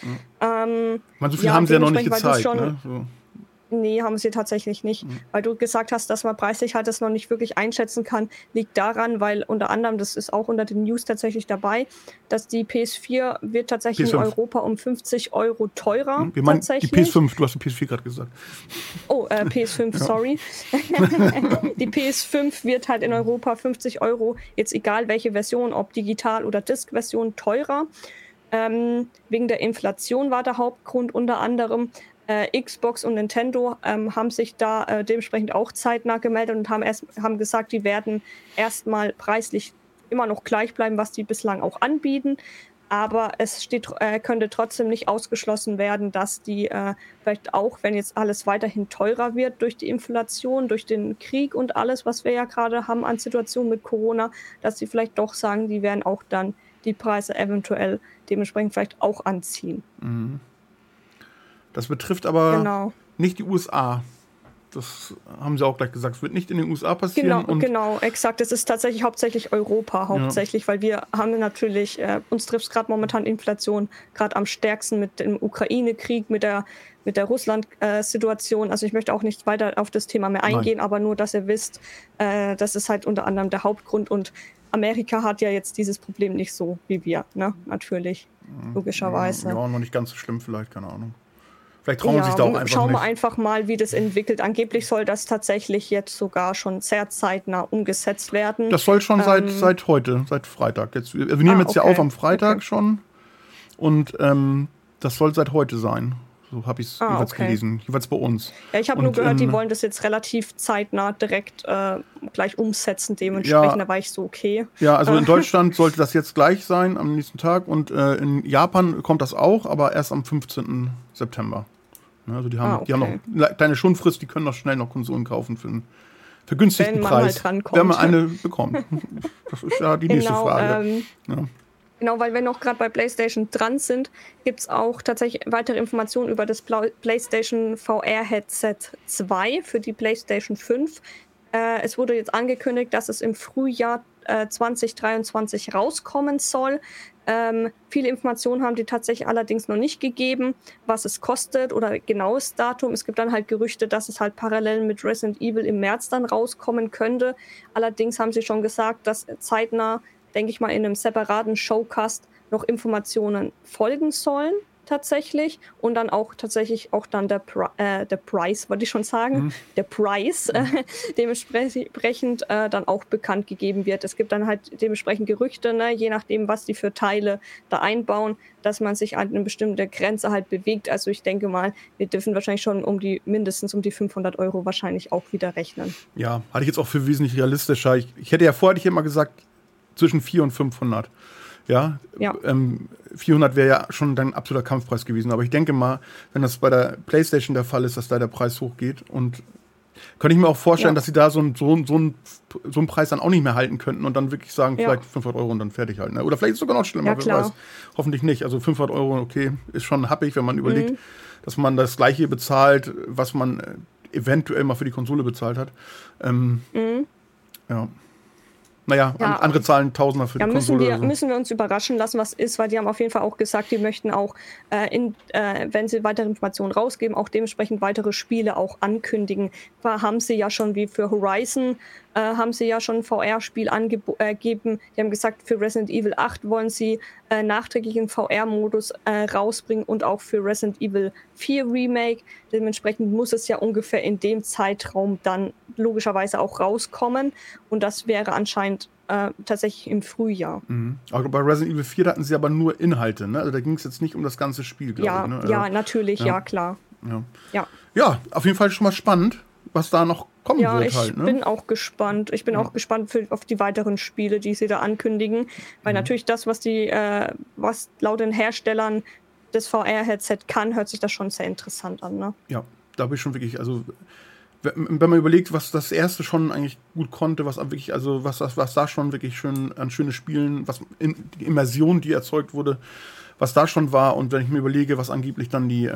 So viel haben sie ja noch nicht gezeigt, ne? So. Nee, haben sie tatsächlich nicht. Weil du gesagt hast, dass man preislich halt das noch nicht wirklich einschätzen kann, liegt daran, weil unter anderem, das ist auch unter den News tatsächlich dabei, dass die PS4 wird tatsächlich in Europa um 50 € teurer. Wir meinen die PS5, du hast die PS4 gerade gesagt. Oh, PS5, sorry. Die PS5 wird halt in Europa 50 €, jetzt egal welche Version, ob Digital- oder Disk-Version, teurer. Wegen der Inflation war der Hauptgrund unter anderem. Xbox und Nintendo haben sich da dementsprechend auch zeitnah gemeldet und haben gesagt, die werden erstmal preislich immer noch gleich bleiben, was die bislang auch anbieten. Aber es könnte trotzdem nicht ausgeschlossen werden, dass die vielleicht auch, wenn jetzt alles weiterhin teurer wird durch die Inflation, durch den Krieg und alles, was wir ja gerade haben an Situationen mit Corona, dass sie vielleicht doch sagen, die werden auch dann die Preise eventuell dementsprechend vielleicht auch anziehen. Mhm. Das betrifft aber nicht die USA. Das haben sie auch gleich gesagt. Es wird nicht in den USA passieren. Genau, exakt. Es ist tatsächlich hauptsächlich Europa, weil wir haben natürlich, uns trifft es gerade momentan Inflation, gerade am stärksten mit dem Ukraine-Krieg, mit der Russland-Situation. Also ich möchte auch nicht weiter auf das Thema mehr eingehen, aber nur, dass ihr wisst, das ist halt unter anderem der Hauptgrund. Und Amerika hat ja jetzt dieses Problem nicht so wie wir, ne? Natürlich, logischerweise. Ja, noch nicht ganz so schlimm vielleicht, keine Ahnung. Vielleicht trauen sich da auch einfach schauen wir einfach mal, wie das entwickelt. Angeblich soll das tatsächlich jetzt sogar schon sehr zeitnah umgesetzt werden. Das soll schon seit heute, seit Freitag. Wir nehmen jetzt ja auf am Freitag schon. Und das soll seit heute sein. So habe ich es jeweils gelesen. Jeweils bei uns. Ja, ich habe nur gehört, die wollen das jetzt relativ zeitnah direkt gleich umsetzen. Dementsprechend, da war ich so okay. Ja, also in Deutschland sollte das jetzt gleich sein am nächsten Tag. Und in Japan kommt das auch, aber erst am 15. September. Also die haben noch eine kleine Schonfrist, die können noch schnell noch Konsolen kaufen für einen vergünstigten Preis. Wenn man eine bekommt. Das ist ja die nächste Frage. Genau, weil wir noch gerade bei PlayStation dran sind, gibt es auch tatsächlich weitere Informationen über das PlayStation VR Headset 2 für die PlayStation 5. Es wurde jetzt angekündigt, dass es im Frühjahr 2023 rauskommen soll. Viele Informationen haben die tatsächlich allerdings noch nicht gegeben, was es kostet oder genaues Datum. Es gibt dann halt Gerüchte, dass es halt parallel mit Resident Evil im März dann rauskommen könnte. Allerdings haben sie schon gesagt, dass zeitnah, denke ich mal, in einem separaten Showcast noch Informationen folgen sollen tatsächlich und dann auch tatsächlich auch dann der Preis, wollte ich schon sagen, der Preis dementsprechend dann auch bekannt gegeben wird. Es gibt dann halt dementsprechend Gerüchte, ne, je nachdem, was die für Teile da einbauen, dass man sich an eine bestimmte Grenze halt bewegt. Also ich denke mal, wir dürfen wahrscheinlich schon mindestens um die 500 € wahrscheinlich auch wieder rechnen. Ja, hatte ich jetzt auch für wesentlich realistischer. Ich hätte ja vorher immer gesagt, zwischen 400 und 500. Ja. 400 wäre ja schon ein absoluter Kampfpreis gewesen. Aber ich denke mal, wenn das bei der PlayStation der Fall ist, dass da der Preis hochgeht. Und könnte ich mir auch vorstellen, dass sie da so einen Preis dann auch nicht mehr halten könnten und dann wirklich sagen, vielleicht 500 € und dann fertig halt. Ne? Oder vielleicht ist es sogar noch schlimmer, wer weiß. Hoffentlich nicht. Also 500 €, okay, ist schon happig, wenn man überlegt, dass man das Gleiche bezahlt, was man eventuell mal für die Konsole bezahlt hat. Ja. Naja, Ja. andere zahlen Tausender für die Ja, Konsole. oder so. müssen wir uns überraschen lassen, was ist, weil die haben auf jeden Fall auch gesagt, die möchten auch, wenn sie weitere Informationen rausgeben, auch dementsprechend weitere Spiele auch ankündigen. Zwar haben sie ja schon wie für Horizon, haben sie ja schon ein VR-Spiel angegeben. Die haben gesagt, für Resident Evil 8 wollen sie nachträglich einen VR-Modus rausbringen und auch für Resident Evil 4 Remake. Dementsprechend muss es ja ungefähr in dem Zeitraum dann logischerweise auch rauskommen. Und das wäre anscheinend tatsächlich im Frühjahr. Aber bei Resident Evil 4 hatten sie aber nur Inhalte, ne? Also da ging es jetzt nicht um das ganze Spiel, glaube Ja, ich. Ne? ja, natürlich, ja, klar. Ja, auf jeden Fall schon mal spannend, was da noch kommen Ja, wird ich halt. Ne? bin auch gespannt. Ich bin auch gespannt auf die weiteren Spiele, die sie da ankündigen. Weil natürlich das, was laut den Herstellern das VR-Headset kann, hört sich das schon sehr interessant an. Ne? Ja, da bin ich schon wirklich, also wenn man überlegt, was das erste schon eigentlich gut konnte, was wirklich, also was da schon wirklich schön an schöne Spielen, die Immersion, die erzeugt wurde, was da schon war, und wenn ich mir überlege, was angeblich dann die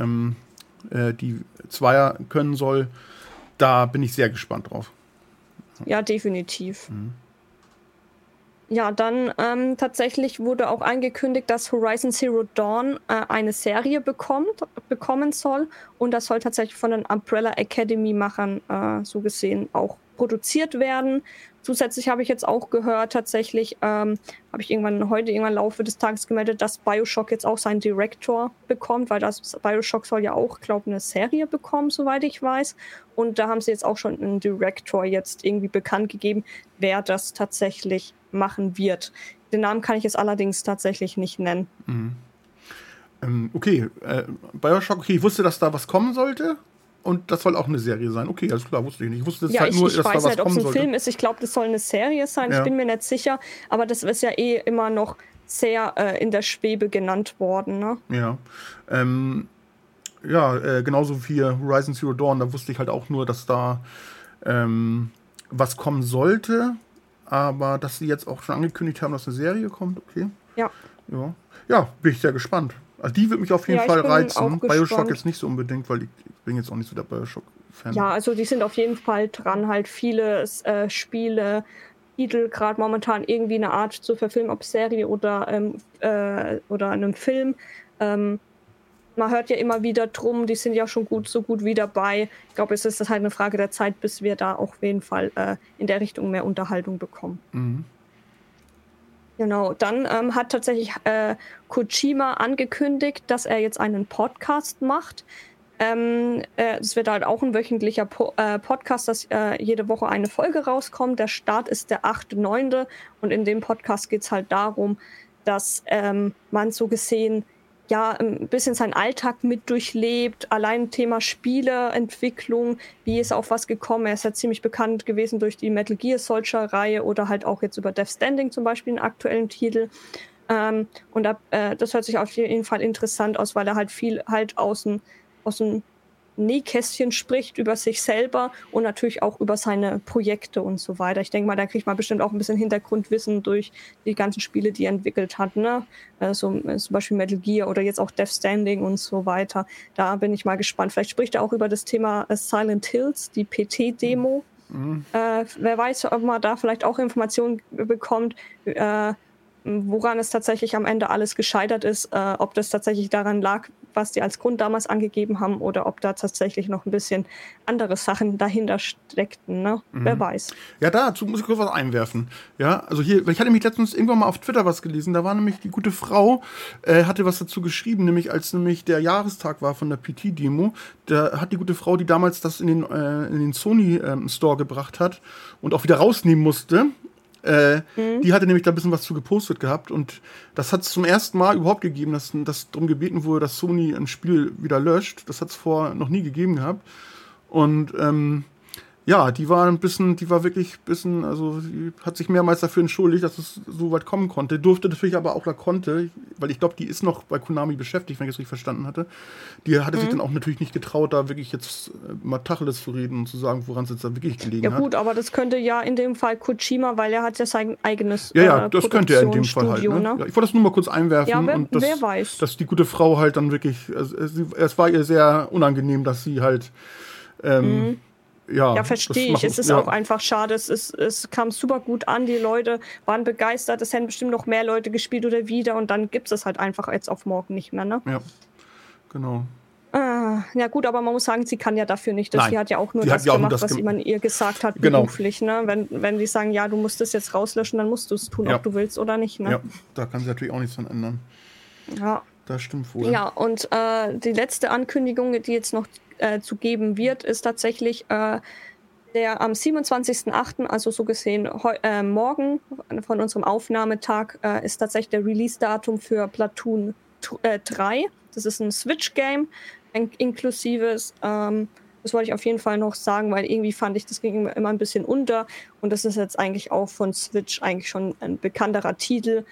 Zweier können soll, da bin ich sehr gespannt drauf. Ja, definitiv. Ja, dann tatsächlich wurde auch angekündigt, dass Horizon Zero Dawn eine Serie bekommen soll. Und das soll tatsächlich von den Umbrella Academy-Machern so gesehen auch produziert werden. Zusätzlich habe ich jetzt auch gehört, tatsächlich habe ich heute irgendwann im Laufe des Tages gemeldet, dass BioShock jetzt auch seinen Director bekommt, weil das BioShock soll ja auch, glaube ich, eine Serie bekommen, soweit ich weiß. Und da haben sie jetzt auch schon einen Director jetzt irgendwie bekannt gegeben, wer das tatsächlich machen wird. Den Namen kann ich jetzt allerdings tatsächlich nicht nennen. Okay, BioShock, okay, ich wusste, dass da was kommen sollte. Und das soll auch eine Serie sein. Okay, alles klar, wusste ich nicht. Ich wusste Ja, halt nur, ich dass da weiß was nicht, ob kommen es ein sollte. Film ist. Ich glaube, das soll eine Serie sein. Ja. Ich bin mir nicht sicher. Aber das ist ja immer noch sehr in der Schwebe genannt worden. Ne? Ja. Genauso wie Horizon Zero Dawn. Da wusste ich halt auch nur, dass da was kommen sollte. Aber dass sie jetzt auch schon angekündigt haben, dass eine Serie kommt, okay. Ja. Ja, bin ich sehr gespannt. Also die wird mich auf jeden Ja, Fall ich bin reizen. auch BioShock gespannt. jetzt nicht so unbedingt, weil ich bin jetzt auch nicht so der BioShock-Fan. Ja, also die sind auf jeden Fall dran, halt viele Spiele, Titel gerade momentan irgendwie eine Art zu verfilmen, ob Serie oder einem Film. Man hört ja immer wieder drum, die sind ja schon so gut wie dabei. Ich glaube, es ist halt eine Frage der Zeit, bis wir da auf jeden Fall in der Richtung mehr Unterhaltung bekommen. Genau, dann hat tatsächlich Kojima angekündigt, dass er jetzt einen Podcast macht. Es wird halt auch ein wöchentlicher Podcast, dass jede Woche eine Folge rauskommt. Der Start ist der 8.9. und in dem Podcast geht es halt darum, dass man so gesehen ja ein bisschen seinen Alltag mit durchlebt. Allein Thema Spieleentwicklung, wie ist auf was gekommen. Er ist ja ziemlich bekannt gewesen durch die Metal Gear Soldier-Reihe oder halt auch jetzt über Death Stranding zum Beispiel, einen aktuellen Titel. Und das hört sich auf jeden Fall interessant aus, weil er halt viel halt aus dem Nähkästchen spricht, über sich selber und natürlich auch über seine Projekte und so weiter. Ich denke mal, da kriegt man bestimmt auch ein bisschen Hintergrundwissen durch die ganzen Spiele, die er entwickelt hat, ne? Zum Beispiel Metal Gear oder jetzt auch Death Stranding und so weiter. Da bin ich mal gespannt. Vielleicht spricht er auch über das Thema Silent Hills, die PT-Demo. Wer weiß, ob man da vielleicht auch Informationen bekommt, woran es tatsächlich am Ende alles gescheitert ist, ob das tatsächlich daran lag, was die als Grund damals angegeben haben, oder ob da tatsächlich noch ein bisschen andere Sachen dahinter steckten, ne? Wer weiß. Ja, dazu muss ich kurz was einwerfen. Ja, also hier, ich hatte mich letztens irgendwann mal auf Twitter was gelesen, da war nämlich die gute Frau, hatte was dazu geschrieben, nämlich als nämlich der Jahrestag war von der PT-Demo, da hat die gute Frau, die damals das in den Sony Store gebracht hat und auch wieder rausnehmen musste, die hatte nämlich da ein bisschen was zu gepostet gehabt und das hat es zum ersten Mal überhaupt gegeben, dass darum gebeten wurde, dass Sony ein Spiel wieder löscht. Das hat es vorher noch nie gegeben gehabt. Und die war wirklich ein bisschen, also die hat sich mehrmals dafür entschuldigt, dass es so weit kommen konnte. Durfte natürlich aber auch oder konnte, weil ich glaube, die ist noch bei Konami beschäftigt, wenn ich es richtig verstanden hatte. Die hatte sich dann auch natürlich nicht getraut, da wirklich jetzt mal Tacheles zu reden und zu sagen, woran es jetzt da wirklich gelegen hat. Ja gut, aber das könnte ja in dem Fall Kojima, weil er hat ja sein eigenes das könnte er in dem Fall halt. Ne? Ne? Ja, ich wollte das nur mal kurz einwerfen. Ja, und wer weiß. Dass die gute Frau halt dann wirklich, also, es war ihr sehr unangenehm, dass sie halt Ja, verstehe ich. Es ist auch einfach schade. Es kam super gut an. Die Leute waren begeistert. Es hätten bestimmt noch mehr Leute gespielt oder wieder. Und dann gibt es halt einfach jetzt auf morgen nicht mehr, ne? Ja, genau. Ja gut, aber man muss sagen, sie kann ja dafür nicht. Nein, sie hat ja auch nur die hat das ja auch nur gemacht, das was man ihr gesagt hat, Genau. beruflich. Ne? Wenn die sagen, ja, du musst es jetzt rauslöschen, dann musst du es tun, Ja. ob du willst oder nicht. Ne? Ja, da kann sie natürlich auch nichts dran ändern. Ja. Das stimmt wohl. Ja, und die letzte Ankündigung, die jetzt noch zu geben wird, ist tatsächlich der am 27.08., also so gesehen morgen von unserem Aufnahmetag, ist tatsächlich der Release-Datum für Splatoon 3. Das ist ein Switch-Game, ein inklusives. Das wollte ich auf jeden Fall noch sagen, weil irgendwie fand ich, das ging immer ein bisschen unter. Und das ist jetzt eigentlich auch von Switch eigentlich schon ein bekannterer Titel.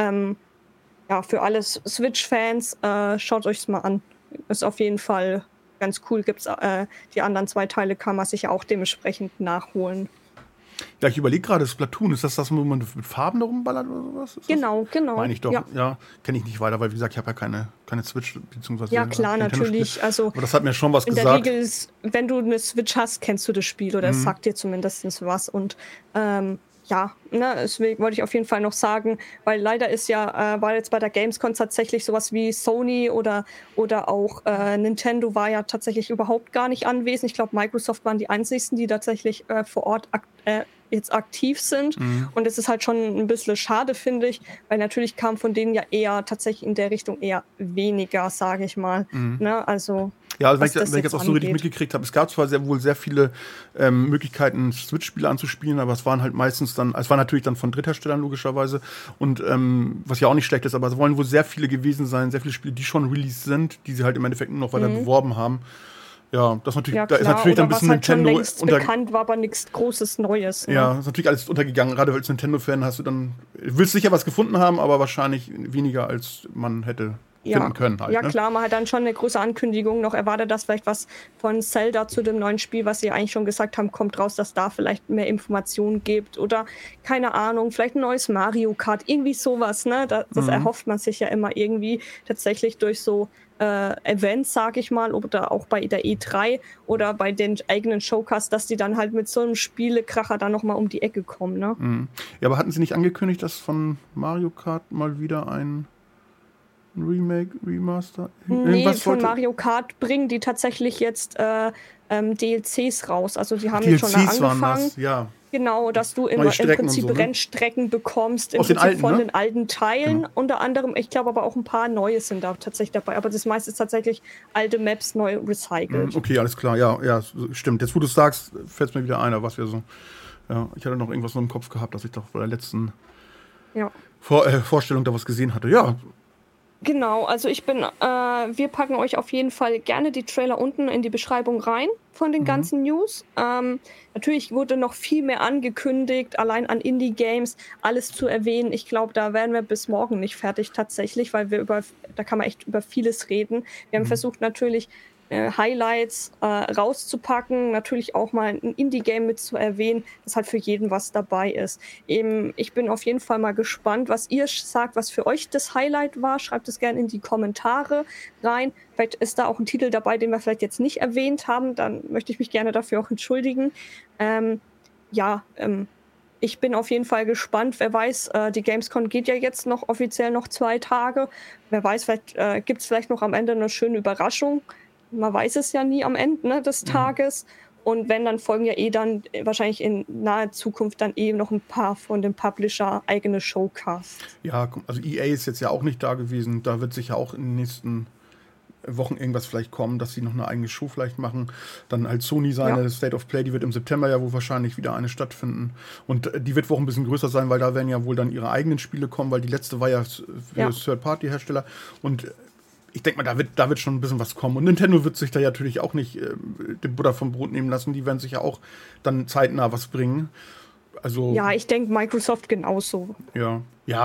Ja, für alle Switch-Fans, schaut euch's mal an. Ist auf jeden Fall ganz cool. Gibt's die anderen 2 Teile, kann man sich ja auch dementsprechend nachholen. Ja, ich überlege gerade, Splatoon, ist das, wo man mit Farben da rumballert oder sowas? Genau. Meine ich doch. Ja, kenne ich nicht weiter, weil wie gesagt, ich habe ja keine Switch, beziehungsweise ja, klar, natürlich. Also, aber das hat mir schon was gesagt. In der Regel ist, wenn du eine Switch hast, kennst du das Spiel oder es sagt dir zumindest was. Und ja, ne, deswegen wollte ich auf jeden Fall noch sagen, weil leider war jetzt bei der Gamescom tatsächlich sowas wie Sony oder auch Nintendo war ja tatsächlich überhaupt gar nicht anwesend. Ich glaube, Microsoft waren die einzigsten, die tatsächlich vor Ort jetzt aktiv sind. Und es ist halt schon ein bisschen schade, finde ich, weil natürlich kam von denen ja eher tatsächlich in der Richtung eher weniger, sage ich mal. Ne? Also ja, also wenn ich jetzt auch so richtig mitgekriegt habe, es gab zwar wohl sehr viele Möglichkeiten, Switch-Spiele anzuspielen, aber es waren halt meistens dann, es war natürlich dann von Drittherstellern logischerweise und was ja auch nicht schlecht ist, aber es wollen wohl sehr viele gewesen sein, sehr viele Spiele, die schon released sind, die sie halt im Endeffekt nur noch weiter beworben haben. Ja, das natürlich, ja, da ist natürlich dann ein bisschen halt Nintendo schon längst bekannt war, aber nichts Großes Neues. Ne? Ja, ist natürlich alles untergegangen. Gerade als Nintendo-Fan willst sicher was gefunden haben, aber wahrscheinlich weniger als man hätte finden können. Halt, ja, klar, man hat dann schon eine große Ankündigung noch erwartet, dass vielleicht was von Zelda zu dem neuen Spiel, was sie eigentlich schon gesagt haben, kommt raus, dass da vielleicht mehr Informationen gibt oder keine Ahnung, vielleicht ein neues Mario Kart, irgendwie sowas, ne? Das erhofft man sich ja immer irgendwie tatsächlich durch so Events, sag ich mal, oder auch bei der E3 oder bei den eigenen Showcasts, dass die dann halt mit so einem Spielekracher dann nochmal um die Ecke kommen, ne? Ja, aber hatten sie nicht angekündigt, dass von Mario Kart mal wieder ein Remake, Remaster? Nee, von Mario Kart bringen die tatsächlich jetzt DLCs raus. Also die haben DLCs jetzt schon angefangen. Waren das, ja. Genau, dass du im Prinzip so, Rennstrecken bekommst, aus den alten, von den alten Teilen. Unter anderem, ich glaube aber auch ein paar neue sind da tatsächlich dabei. Aber das meiste ist tatsächlich alte Maps neu recycelt. Okay, alles klar. Ja, stimmt. Jetzt, wo du es sagst, fällt es mir wieder ein, was wir so. Ja, ich hatte noch irgendwas noch im Kopf gehabt, dass ich doch bei der letzten Vorstellung da was gesehen hatte. Ja. Genau, also wir packen euch auf jeden Fall gerne die Trailer unten in die Beschreibung rein von den ganzen News. Natürlich wurde noch viel mehr angekündigt, allein an Indie-Games, alles zu erwähnen. Ich glaube, da werden wir bis morgen nicht fertig tatsächlich, weil da kann man echt über vieles reden. Wir haben versucht natürlich Highlights rauszupacken, natürlich auch mal ein Indie-Game mit zu erwähnen, dass halt für jeden was dabei ist. Ich bin auf jeden Fall mal gespannt, was ihr sagt, was für euch das Highlight war. Schreibt es gerne in die Kommentare rein. Vielleicht ist da auch ein Titel dabei, den wir vielleicht jetzt nicht erwähnt haben. Dann möchte ich mich gerne dafür auch entschuldigen. Ich bin auf jeden Fall gespannt. Wer weiß, die Gamescom geht ja jetzt noch offiziell noch 2 Tage. Wer weiß, vielleicht gibt es vielleicht noch am Ende eine schöne Überraschung. Man weiß es ja nie am Ende des Tages. Und wenn, dann folgen ja dann wahrscheinlich in naher Zukunft dann noch ein paar von dem Publisher eigene Showcasts. Ja, also EA ist jetzt ja auch nicht da gewesen. Da wird sicher auch in den nächsten Wochen irgendwas vielleicht kommen, dass sie noch eine eigene Show vielleicht machen. Dann halt Sony seine State of Play, die wird im September ja wohl wahrscheinlich wieder eine stattfinden. Und die wird wohl auch ein bisschen größer sein, weil da werden ja wohl dann ihre eigenen Spiele kommen, weil die letzte war ja für Third-Party-Hersteller. Und ich denke mal, da wird schon ein bisschen was kommen. Und Nintendo wird sich da ja natürlich auch nicht den Butter vom Brot nehmen lassen. Die werden sich ja auch dann zeitnah was bringen. Also, ja, ich denke Microsoft genauso. Ja.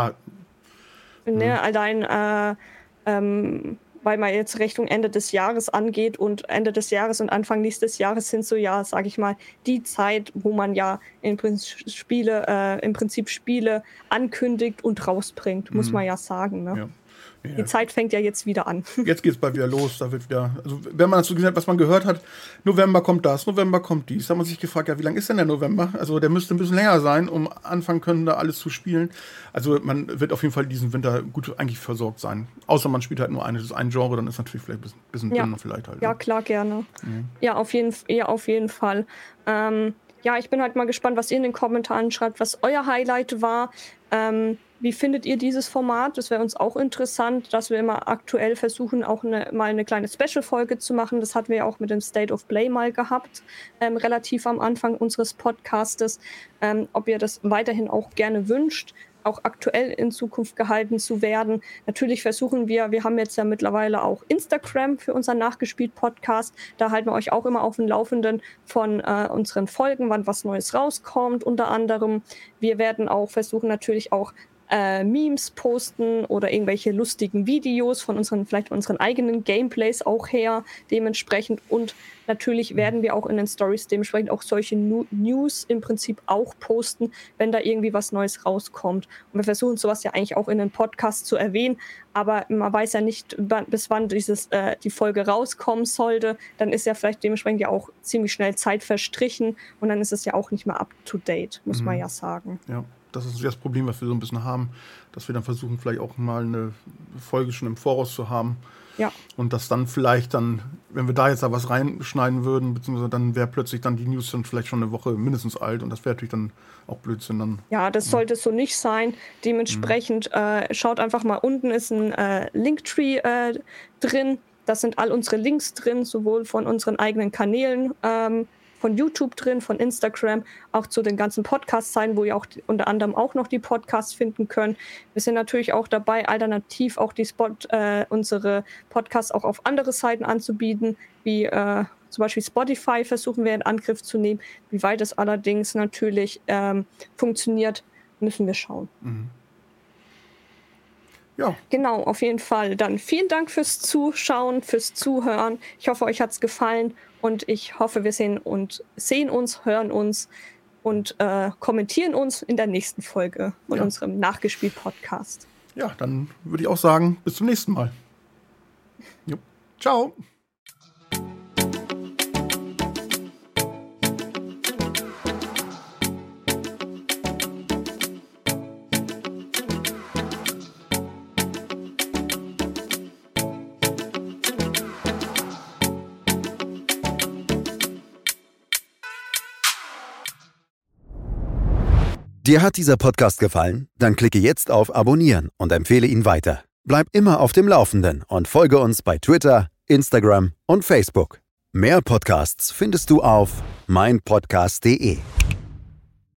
Ne, allein, weil man jetzt Richtung Ende des Jahres angeht und Ende des Jahres und Anfang nächstes Jahres sind so, ja, sage ich mal, die Zeit, wo man ja im Prinzip Spiele ankündigt und rausbringt, muss man ja sagen. Ne? Ja. Die Zeit fängt ja jetzt wieder an. Jetzt geht es bald wieder los. Da wird wieder, also wenn man dazu gesagt, was man gehört hat, November kommt das, November kommt dies. Da hat man sich gefragt, ja, wie lang ist denn der November? Also der müsste ein bisschen länger sein, um anfangen können, da alles zu spielen. Also man wird auf jeden Fall diesen Winter gut eigentlich versorgt sein. Außer man spielt halt nur ein Genre, dann ist natürlich vielleicht ein bisschen dünner vielleicht halt. Ja, klar, gerne. Ja, auf jeden Fall. Ich bin halt mal gespannt, was ihr in den Kommentaren schreibt, was euer Highlight war. Wie findet ihr dieses Format? Das wäre uns auch interessant, dass wir immer aktuell versuchen, auch mal eine kleine Special-Folge zu machen. Das hatten wir ja auch mit dem State of Play mal gehabt, relativ am Anfang unseres Podcastes. Ob ihr das weiterhin auch gerne wünscht, auch aktuell in Zukunft gehalten zu werden. Natürlich versuchen wir haben jetzt ja mittlerweile auch Instagram für unseren Nachgespielt-Podcast. Da halten wir euch auch immer auf dem Laufenden von unseren Folgen, wann was Neues rauskommt, unter anderem. Wir werden auch versuchen, natürlich auch Memes posten oder irgendwelche lustigen Videos von vielleicht unseren eigenen Gameplays auch her dementsprechend, und natürlich werden wir auch in den Stories dementsprechend auch solche News im Prinzip auch posten, wenn da irgendwie was Neues rauskommt. Und wir versuchen sowas ja eigentlich auch in den Podcast zu erwähnen, aber man weiß ja nicht, bis wann die Folge rauskommen sollte. Dann ist ja vielleicht dementsprechend ja auch ziemlich schnell Zeit verstrichen und dann ist es ja auch nicht mehr up to date, muss man ja sagen. Ja. Das ist das Problem, was wir so ein bisschen haben, dass wir dann versuchen, vielleicht auch mal eine Folge schon im Voraus zu haben. Ja. Und dass dann vielleicht wenn wir da jetzt da was reinschneiden würden, beziehungsweise dann wäre plötzlich dann die News dann vielleicht schon eine Woche mindestens alt und das wäre natürlich dann auch Blödsinn dann. Ja, das sollte so nicht sein. Dementsprechend schaut einfach mal, unten ist ein Linktree drin. Da sind all unsere Links drin, sowohl von unseren eigenen Kanälen, von YouTube drin, von Instagram, auch zu den ganzen Podcast-Seiten, wo ihr auch unter anderem auch noch die Podcasts finden könnt. Wir sind natürlich auch dabei, alternativ auch unsere Podcasts auch auf andere Seiten anzubieten, wie zum Beispiel Spotify versuchen wir in Angriff zu nehmen. Wie weit das allerdings natürlich funktioniert, müssen wir schauen. Ja. Genau, auf jeden Fall. Dann vielen Dank fürs Zuschauen, fürs Zuhören. Ich hoffe, euch hat es gefallen und ich hoffe, wir sehen uns, hören uns und kommentieren uns in der nächsten Folge von unserem Nachgespielt-Podcast. Ja, dann würde ich auch sagen, bis zum nächsten Mal. Jo. Ciao. Dir hat dieser Podcast gefallen? Dann klicke jetzt auf Abonnieren und empfehle ihn weiter. Bleib immer auf dem Laufenden und folge uns bei Twitter, Instagram und Facebook. Mehr Podcasts findest du auf meinpodcast.de.